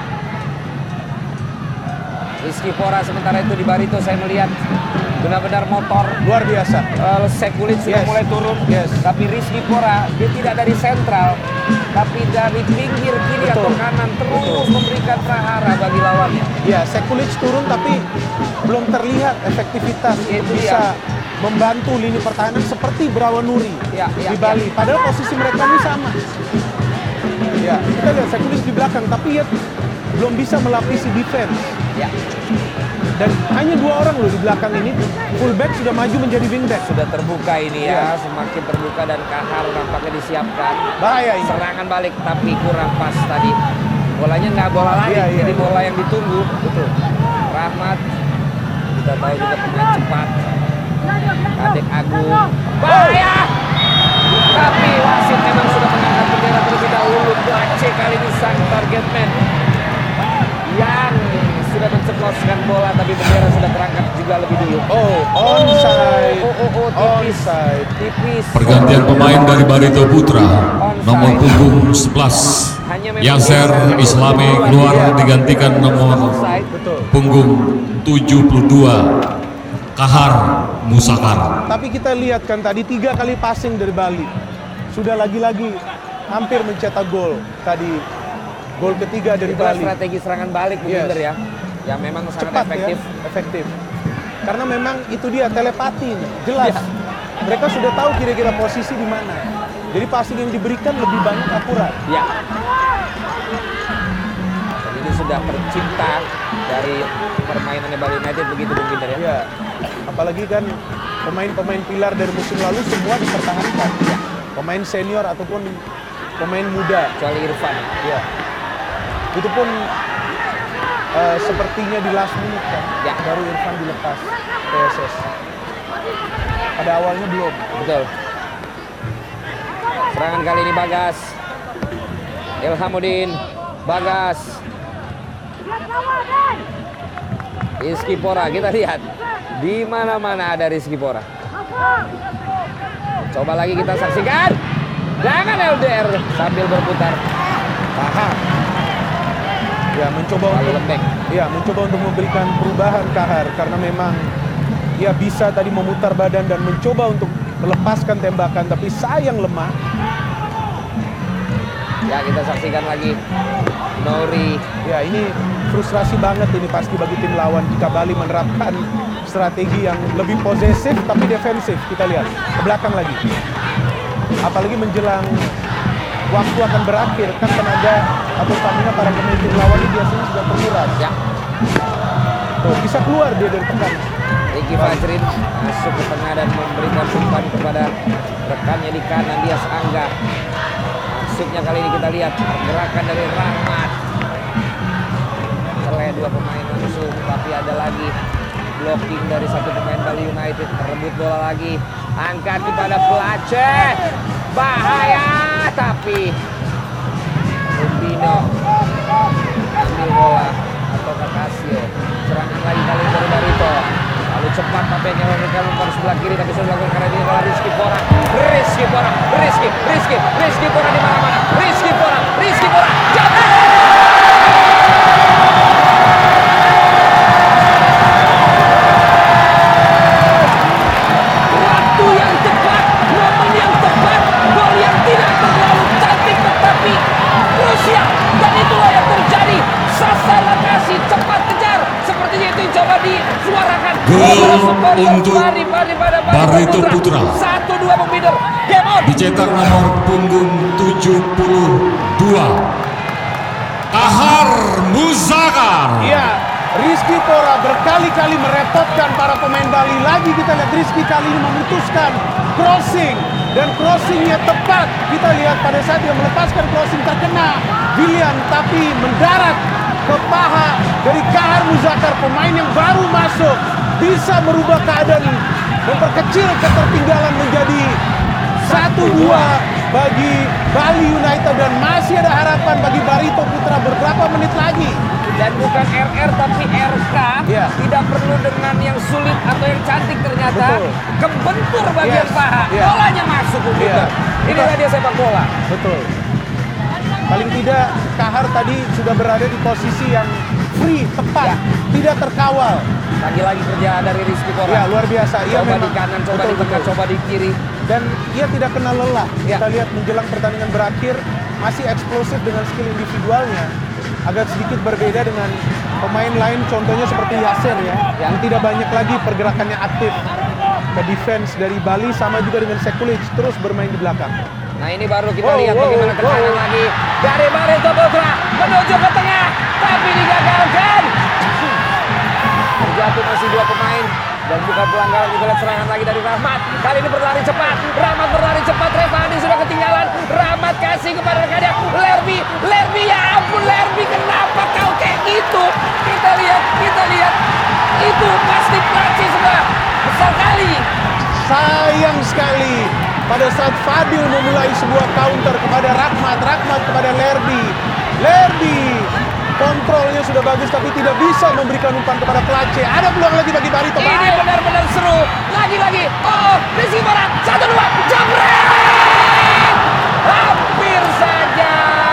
Rizky Pora sementara itu di Barito saya melihat benar-benar motor luar biasa. Uh, Sekulit sudah yes. mulai turun, yes. tapi Rizky Pora dia tidak dari sentral, tapi dari pinggir kiri Betul. atau kanan terus Betul. memberikan prahara bagi lawannya. Ya, Sekulit turun tapi belum terlihat efektivitas Itu untuk dia. bisa membantu lini pertahanan seperti Brawanuri Ya, ya, di Bali. ya. Padahal posisi mereka ini sama. Ya, kita lihat Sekulit di belakang, tapi ya belum bisa melapisi defense. Ya. Dan hanya dua orang loh di belakang ini. Fullback sudah maju menjadi wingback. Sudah terbuka ini ya, Ya. semakin terbuka dan Kahar nampaknya disiapkan. Bahaya ini. Serangan balik tapi kurang pas tadi. Bolanya nggak bola lari, Iya, iya, jadi iya. bola yang ditunggu. Betul. Rahmat, kita tahu juga pemain cepat. Kadek Agung, bahaya. Tapi wasit memang sudah mengangkat bendera terlebih dahulu. Aceh kali ini sang target man yang sudah menceploskan bola, tapi bendera sudah terangkat juga lebih dulu. Oh, onside. Oh, oh, oh, tipis. Onside. Tipis. Pergantian pemain dari Barito Putra nomor punggung sebelas Yaser Islami keluar digantikan nomor punggung tujuh puluh dua Kahar Musakar. Tapi kita lihat kan tadi tiga kali passing dari Bali. Sudah lagi-lagi hampir mencetak gol tadi. Gol ketiga dari Itulah Bali. strategi serangan balik benar Yes. ya. Ya memang sangat Cepat efektif. ya, efektif. Karena memang itu dia telepati, jelas. Ya. Mereka sudah tahu kira-kira posisi di mana. Jadi passing yang diberikan lebih banyak akurat. Ya. Dan ini sudah tercipta dari permainannya Bali United begitu mungkin ya. Ya. Apalagi kan pemain-pemain pilar dari musim lalu semua dipertahankan. Ya. Pemain senior ataupun pemain muda. Kecuali Irfan. Ya. Itu pun uh, sepertinya di last minute kan. Ya. Baru Irfan dilepas P S S. Pada awalnya belum. Betul. Serangan kali ini Bagas. Ilhamuddin. Bagas. Rizky Pora, kita lihat. Di mana-mana ada Rizky Pora. Coba lagi kita saksikan. Jangan L D R sambil berputar. Tahan. Ya, mencoba Lalu untuk lembek. ya, mencoba untuk memberikan perubahan Kahar karena memang ia bisa tadi memutar badan dan mencoba untuk melepaskan tembakan, tapi sayang lemah. Ya, kita saksikan lagi. Nori. Ya, ini frustrasi banget ini pasti bagi tim lawan jika Bali menerapkan strategi yang lebih posesif tapi defensif. Kita lihat ke belakang lagi. Apalagi menjelang waktu akan berakhir, kan tenaga atau stamina para pemain tim lawan ini biasanya sudah terkuras. Ya. Tuh, bisa keluar dia dari tengah. Ricky Fajrin masuk ke tengah dan memberikan umpan kepada rekannya di kanan, Dias Angga. Masuknya kali ini kita lihat pergerakan dari Rahmat. Oleh dua pemain langsung, tapi ada lagi blocking dari satu pemain Bali United. Merebut bola lagi, angkat kepada Place, bahaya, tapi Rubino ambil bola atau Kakasio. Serangan lagi kali ini dari Barito. Lalu cepat tampaknya memberikan umpan sebelah kiri, tapi sudah dilakukan karena ini adalah Rizky Pora. Rizky Pora, Rizky, Rizky, Rizky Pora di mana-mana. Rizky Pora, Rizky Pora, jatuh. Waktu yang tepat, momen yang tepat, gol yang tidak terlalu cantik tetapi krusial, dan itulah yang terjadi. Sasa Lakasi cepat kejar, sepertinya itu yang coba disuarakan. Gol untuk Bari, Bari, Bari, Bari, Barito Putra. Satu dua pembider, game on. Dicetak nomor punggung tujuh puluh dua, Kahar Muzakar. Iya, Rizky Pora berkali-kali merepotkan para pemain Bali. Lagi kita lihat Rizky kali ini memutuskan crossing, dan crossingnya tepat. Kita lihat pada saat dia melepaskan crossing terkena William, tapi mendarat ke paha dari Kahar Muzakar, pemain yang baru masuk, bisa merubah keadaan, memperkecil ketertinggalan menjadi satu dua bagi Bali United, dan masih ada harapan bagi Barito Putra beberapa menit lagi. Dan bukan R R tapi R K, Ya. tidak perlu dengan yang sulit atau yang cantik ternyata. Betul. Kebentur bagian Yes. paha, Ya. bolanya masuk Ya. Inilah dia sepak bola. Betul. Paling tidak Kahar tadi sudah berada di posisi yang free, tepat, Ya. tidak terkawal. Lagi-lagi kerja dari Rizky Pora. Ya, luar biasa. Ia Coba memang di kanan, coba betul, di tengah, betul. coba di kiri. Dan ia tidak kenal lelah. Ya. Kita lihat menjelang pertandingan berakhir masih eksplosif dengan skill individualnya. Agak sedikit berbeda dengan pemain lain, contohnya seperti Yasser ya, yang tidak banyak lagi pergerakannya aktif ke defense dari Bali, sama juga dengan Sekulic terus bermain di belakang. Nah ini baru kita Wow, lihat wow, bagaimana wow. tekanan lagi dari Barito Putra menuju ke tengah, tapi digagalkan. Terjatuh masih dua pemain dan bukan pelanggaran. Kita lihat serangan lagi dari Rahmat. Kali ini berlari cepat, Rahmat berlari cepat. Revani sudah ketinggalan. Rahmat kasih kepada rekannya Lerby. Lerby, ya ampun Lerby, kenapa kau kayak gitu? Kita lihat, kita lihat. Itu pasti Place sudah besar kali. Sayang sekali pada saat Fadil memulai sebuah counter kepada Rahmat, Rahmat kepada Lerby. Lerby kontrolnya sudah bagus tapi tidak bisa memberikan umpan kepada Place. Ada peluang lagi bagi Barito. Ini benar-benar seru. Lagi-lagi. Oh, Rizky Pora. Satu dua. Jambret. Hampir saja.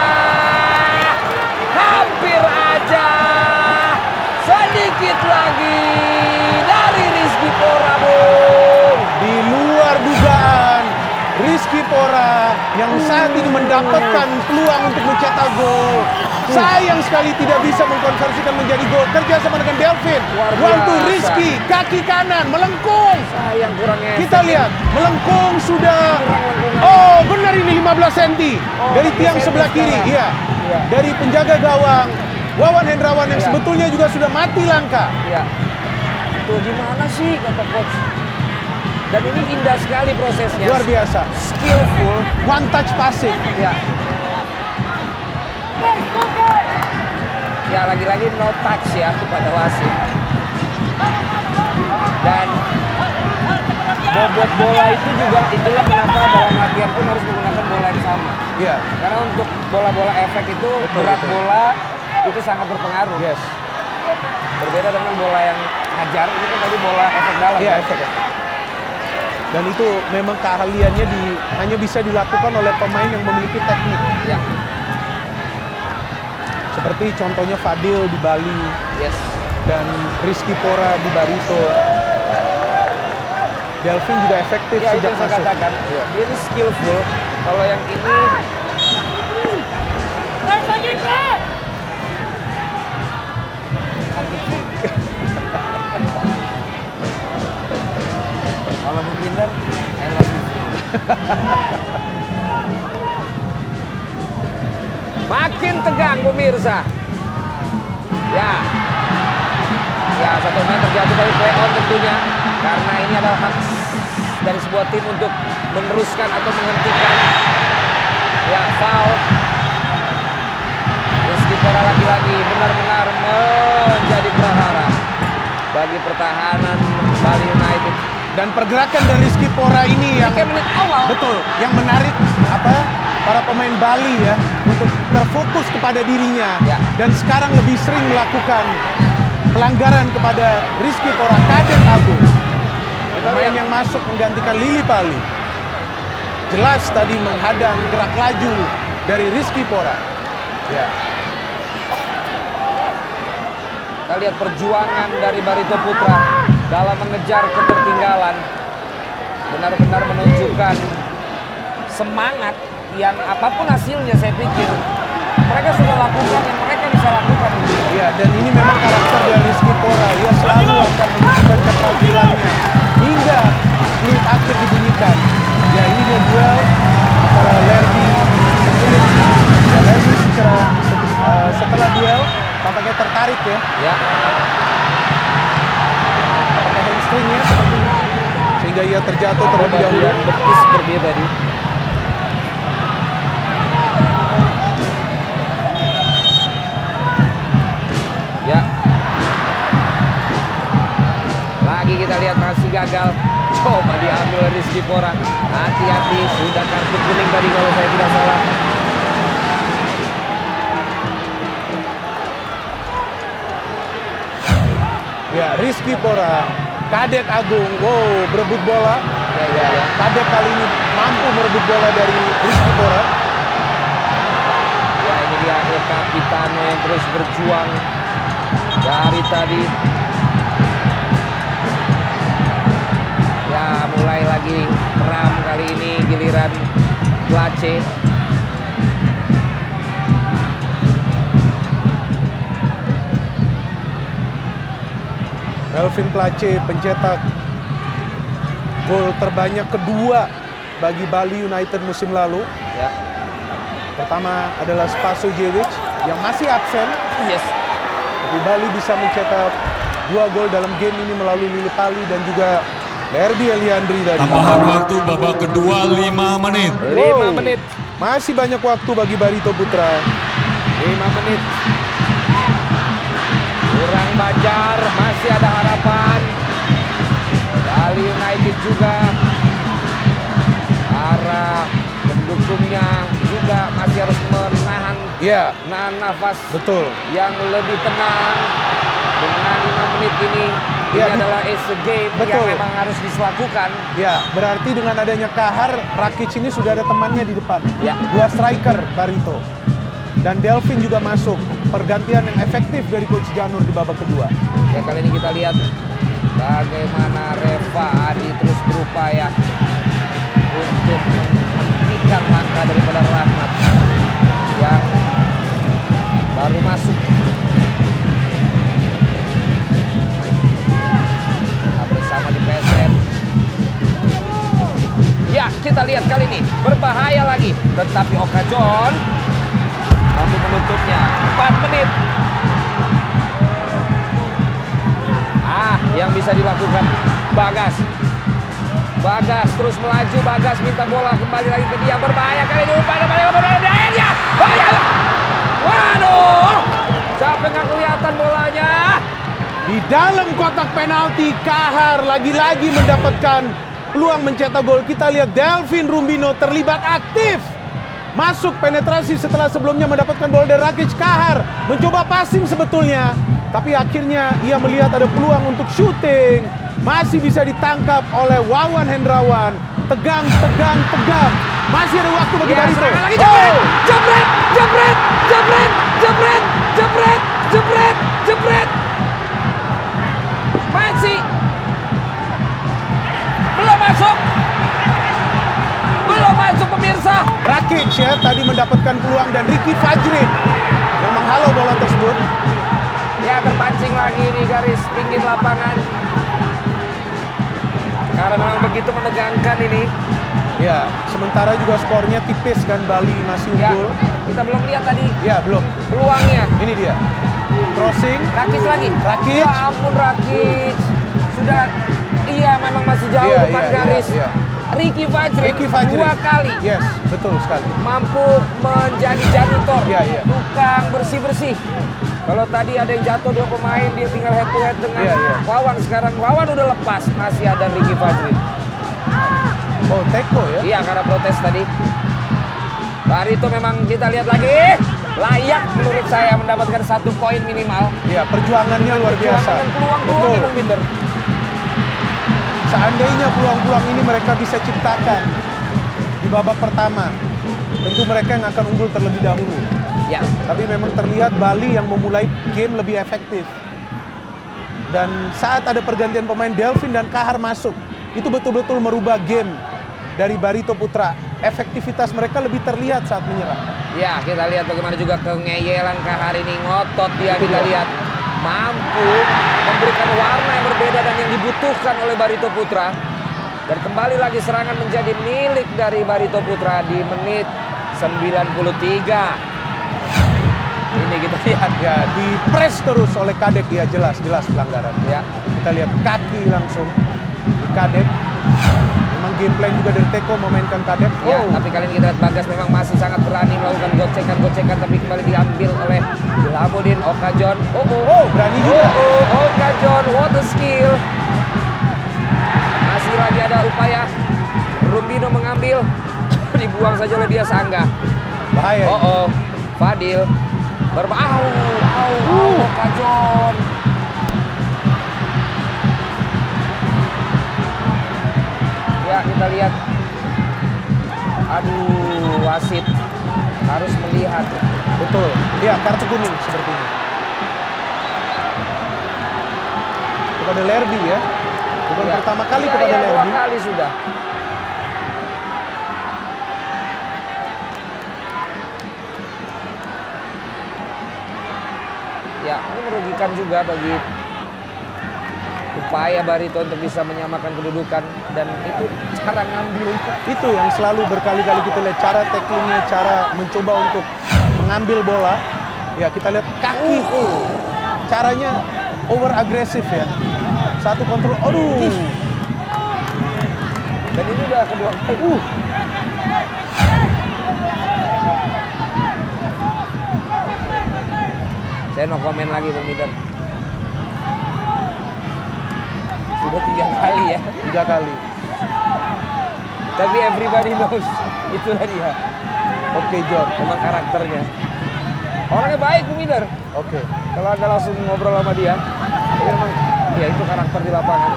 Hampir aja. Sedikit lagi dari Rizky Pora, Bung. Di luar dugaan, Rizky Pora yang saat ini mendapatkan peluang untuk mencetak gol. Sayang sekali tidak bisa mengkonversikan menjadi gol. Kerja sama dengan Delvin. Luar One two biasa. Rizky, kaki kanan melengkung. Sayang kurangnya. Kita lihat, melengkung sudah. Oh, benar ini lima belas sentimeter dari tiang sebelah kiri. Iya. Dari penjaga gawang Wawan Hendrawan yang Iya. sebetulnya juga sudah mati langka. Ya. Tuh gimana sih kata coach. Dan ini indah sekali prosesnya. Luar biasa. Skillful. One touch passing. Ya. Ya lagi-lagi no touch ya kepada wasit. Dan bobot bola itu juga itulah kenapa dalam latihan pun harus menggunakan bola yang sama. Iya. Karena untuk bola-bola efek itu berat bola itu sangat berpengaruh. Yes. Berbeda dengan bola yang hajar, ini kan tadi bola efek dalam. Iya, kan? efek. Dan itu memang keahliannya di, hanya bisa dilakukan oleh pemain yang memiliki teknik. Ya. Seperti contohnya Fadil di Bali Yes. dan Rizky Pora di Barito. Delvin juga efektif Ya itu sejak yang saya masuk. katakan. Dia ini skillful. Kalau yang ini kalau mau pindah, I love you. Makin tegang pemirsa. Ya. Ya, satu pemain terjatuh dari play on tentunya. Karena ini adalah hak dari sebuah tim untuk meneruskan atau menghentikan. Ya, foul. Rizky Pora lagi-lagi benar-benar menjadi prahara bagi pertahanan Bali United. Dan pergerakan dari Rizky Pora ini yang Tiga menit awal. betul, yang menarik apa para pemain Bali ya untuk terfokus kepada dirinya Ya. dan sekarang lebih sering melakukan pelanggaran kepada Rizky Pora. Kadet Agung, pemain yang masuk menggantikan Lili Pali, jelas tadi menghadang gerak laju dari Rizky Pora. Ya. Kita lihat perjuangan dari Barito Putra dalam mengejar ketertinggalan. Benar-benar menunjukkan semangat yang apapun hasilnya saya pikir mereka sudah lakukan yang mereka bisa lakukan. Ya, dan ini memang karakter dari Rizky Pora. Ia selalu akan menunjukkan keterampilannya hingga menit akhir dibunyikan. Ya, ini dia duel antara Lerby dan Lerby secara uh, setelah duel tampaknya tertarik ya. Ya. Pakai hamstringnya sepertinya sehingga ia terjatuh terlebih dahulu. Bagian betis berbeda tadi. Ya. Lagi kita lihat masih gagal. Coba diambil Rizky Pora. Hati-hati, sudah kartu kuning tadi kalau saya tidak salah. Ya, Rizky Pora, Kadet Agung, wow, berebut bola. Ya, ya, ya. Kadet kali ini mampu merebut bola dari Rizky Pora. Ya, ini dia El Capitano yang terus berjuang dari tadi. Ya, mulai lagi Ram kali ini giliran Place. Melvin Place pencetak gol terbanyak kedua bagi Bali United musim lalu. Ya. Pertama adalah Spasojevic yang masih absen. Yes. Tapi Bali bisa mencetak dua gol dalam game ini melalui Lili Pali dan juga Lerby Eliandri tadi. Tambahan waktu babak kedua lima menit. lima Wow. menit. Masih banyak waktu bagi Barito Putra. lima menit. Kurang Banjar, masih ada harapan. Bali United juga. Para pendukungnya juga masih harus menahan Ya, menahan nafas betul. yang lebih tenang. Dengan lima menit ini, ini Ya, adalah ace game betul. yang memang harus dilakukan. Ya, berarti dengan adanya Kahar, Rakic ini sudah ada temannya di depan. Ya. Dua striker Barito. Dan Delvin juga masuk. Pergantian yang efektif dari Coach Janur di babak kedua. Ya, kali ini kita lihat bagaimana Reva Adi terus berupaya untuk menghentikan langkah daripada Rahmat yang baru masuk. Nah, bersama di P S M. Ya, kita lihat kali ini berbahaya lagi, tetapi Oka John mampu menutupnya. empat menit. Ah, yang bisa dilakukan Bagas. Bagas terus melaju, Bagas minta bola kembali lagi ke dia, berbahaya kali ini umpan kembali ke dia. Bahaya. Waduh. Sampai nggak kelihatan bolanya. Di dalam kotak penalti, Kahar lagi-lagi mendapatkan peluang mencetak gol. Kita lihat Delvin Rumbino terlibat aktif. Masuk penetrasi setelah sebelumnya mendapatkan bola dari Rakic. Kahar mencoba passing sebetulnya, tapi akhirnya ia melihat ada peluang untuk syuting. Masih bisa ditangkap oleh Wawan Hendrawan. Tegang, tegang, tegang. Masih ada waktu bagi Ya, Barito. serangan lagi, jebret, jebret, jebret, jebret, jebret, jebret, jebret, jebret. Masih belum masuk. Belum masuk pemirsa. Rakic ya tadi mendapatkan peluang dan Ricky Fajrin yang menghalau bola tersebut. Ya, terpancing lagi di garis pinggir lapangan. Karena memang begitu menegangkan ini. Ya, sementara juga skornya tipis kan, Bali masih Ya, unggul. kita kita belum lihat tadi Ya, belum. peluangnya. Ini dia. Crossing. Rakic lagi. Rakic. Ya ampun Rakic. Sudah, iya memang masih jauh Iya, depan iya, garis. iya, iya. Ricky Fajri, Ricky Fajri. dua kali Yes, betul sekali. mampu menjadi janitor, Iya, iya. tukang bersih-bersih. Kalau tadi ada yang jatuh dua pemain, dia tinggal head to head dengan Iya, iya. Wawan. Sekarang Wawan udah lepas, masih ada Ricky Fajri. Oh, teko ya? Iya, karena protes tadi. Barito memang kita lihat lagi, layak menurut saya mendapatkan satu poin minimal. Iya, perjuangannya luar biasa. Perjuangan dan peluang-peluang Betul. yang minder. Seandainya peluang-peluang ini mereka bisa ciptakan di babak pertama, tentu mereka yang akan unggul terlebih dahulu. Ya, Tapi memang terlihat Bali yang memulai game lebih efektif. Dan saat ada pergantian pemain, Delvin dan Kahar masuk, itu betul-betul merubah game dari Barito Putra. Efektivitas mereka lebih terlihat saat menyerang. ya kita lihat bagaimana juga kengeyelan Kahar ini, ngotot dia kita lihat. Mampu memberikan warna yang berbeda dan yang dibutuhkan oleh Barito Putra. Dan kembali lagi serangan menjadi milik dari Barito Putra di menit sembilan puluh tiga. Ini kita lihat Ya, di press terus oleh Kadek, ya jelas-jelas pelanggaran. ya. Kita lihat kaki langsung di Kadek. Memang game plan juga dari Teko memainkan Kadek. Ya, Oh, tapi kali ini kita lihat Bagas memang masih sangat berani melakukan gocekan-gocekan, tapi kembali diambil oleh Ilhamuddin Okajon. Oh, oh, oh, berani juga. Oh, oh, Okajon, what a skill. Masih lagi ada upaya Rumbino mengambil, dibuang saja oleh dia Sangga. Bahaya. Oh, oh, Fadil berbau, au, au, Okajon. Ya, kita lihat. Aduh, wasit harus melihat. Betul. Ya, kartu kuning sepertinya. Kepada Lerby ya. Bukan Ya. pertama kali Ya, kepada ya, dua Lerby. kali sudah. Ya, ini merugikan juga bagi upaya Barito untuk bisa menyamakan kedudukan, dan itu cara ngambil itu. Itu yang selalu berkali-kali kita lihat, cara tacklingnya, cara mencoba untuk mengambil bola. Ya, kita lihat kaki. Caranya over agresif ya. Satu kontrol. Aduh. Dan ini udah kedua kali. Uh. Saya no komen lagi Bang Midan. Sudah tiga kali ya. Tiga kali. Tapi everybody knows. Itulah dia. Oke, John. Memang karakternya. Orangnya baik Bang Midan. Oke. Kalau Anda langsung ngobrol sama dia, tapi memang ya itu karakter di lapangan.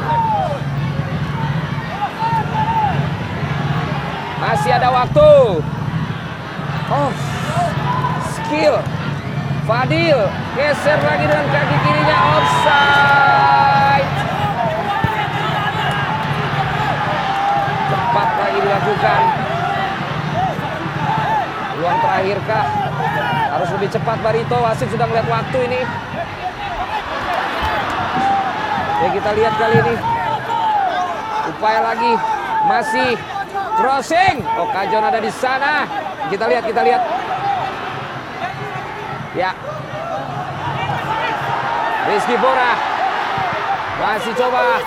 Masih ada waktu. Oh, skill. Fadil geser lagi dengan kaki kirinya, offside. Cepat lagi dilakukan. Peluang terakhir kah? Harus lebih cepat Barito. Wasit sudah melihat waktu ini. Ya, kita lihat kali ini. Upaya lagi. Masih crossing. Oh, Kajon ada di sana. Kita lihat, kita lihat. Ya. Rizky Bora masih coba.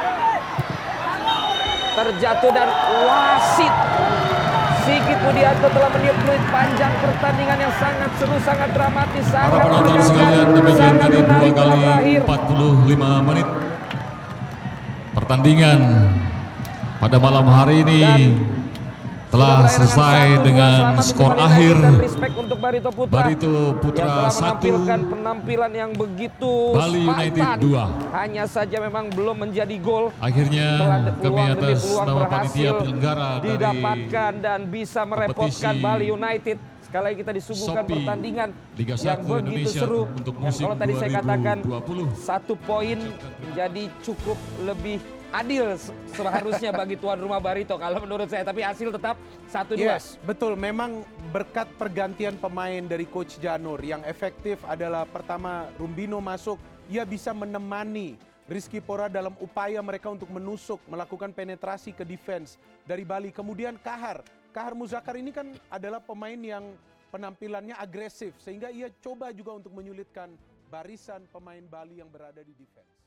Terjatuh dan wasit Sigit Budianto telah meniup peluit panjang pertandingan yang sangat seru, sangat dramatis, Para sangat penonton menyenangkan, sekalian, demikian sangat tadi dua menarik kali terakhir. empat puluh lima menit pertandingan pada malam hari ini telah selesai dengan skor akhir. Respect untuk Barito Putra, Barito Putra yang telah satu, menampilkan penampilan yang begitu Bali United Spartan. dua. Hanya saja memang belum menjadi gol. Akhirnya Setelah kami peluang demi atas peluang nama berhasil panitia penyelenggara dari didapatkan dan bisa merepotkan kompetisi Bali United. Sekali lagi kita disuguhkan Shopee pertandingan Liga yang satu begitu Indonesia seru. untuk Dan musim kalau tadi saya katakan dua ribu dua puluh. satu poin menjadi cukup lebih adil se- seharusnya bagi tuan rumah Barito kalau menurut saya. Tapi hasil tetap satu dua. Yes, betul. Memang berkat pergantian pemain dari Coach Janur yang efektif adalah pertama Rumbino masuk, ia bisa menemani Rizky Pora dalam upaya mereka untuk menusuk, melakukan penetrasi ke defense dari Bali. Kemudian Kahar, Kahar Muzakar ini kan adalah pemain yang penampilannya agresif sehingga ia coba juga untuk menyulitkan barisan pemain Bali yang berada di defense.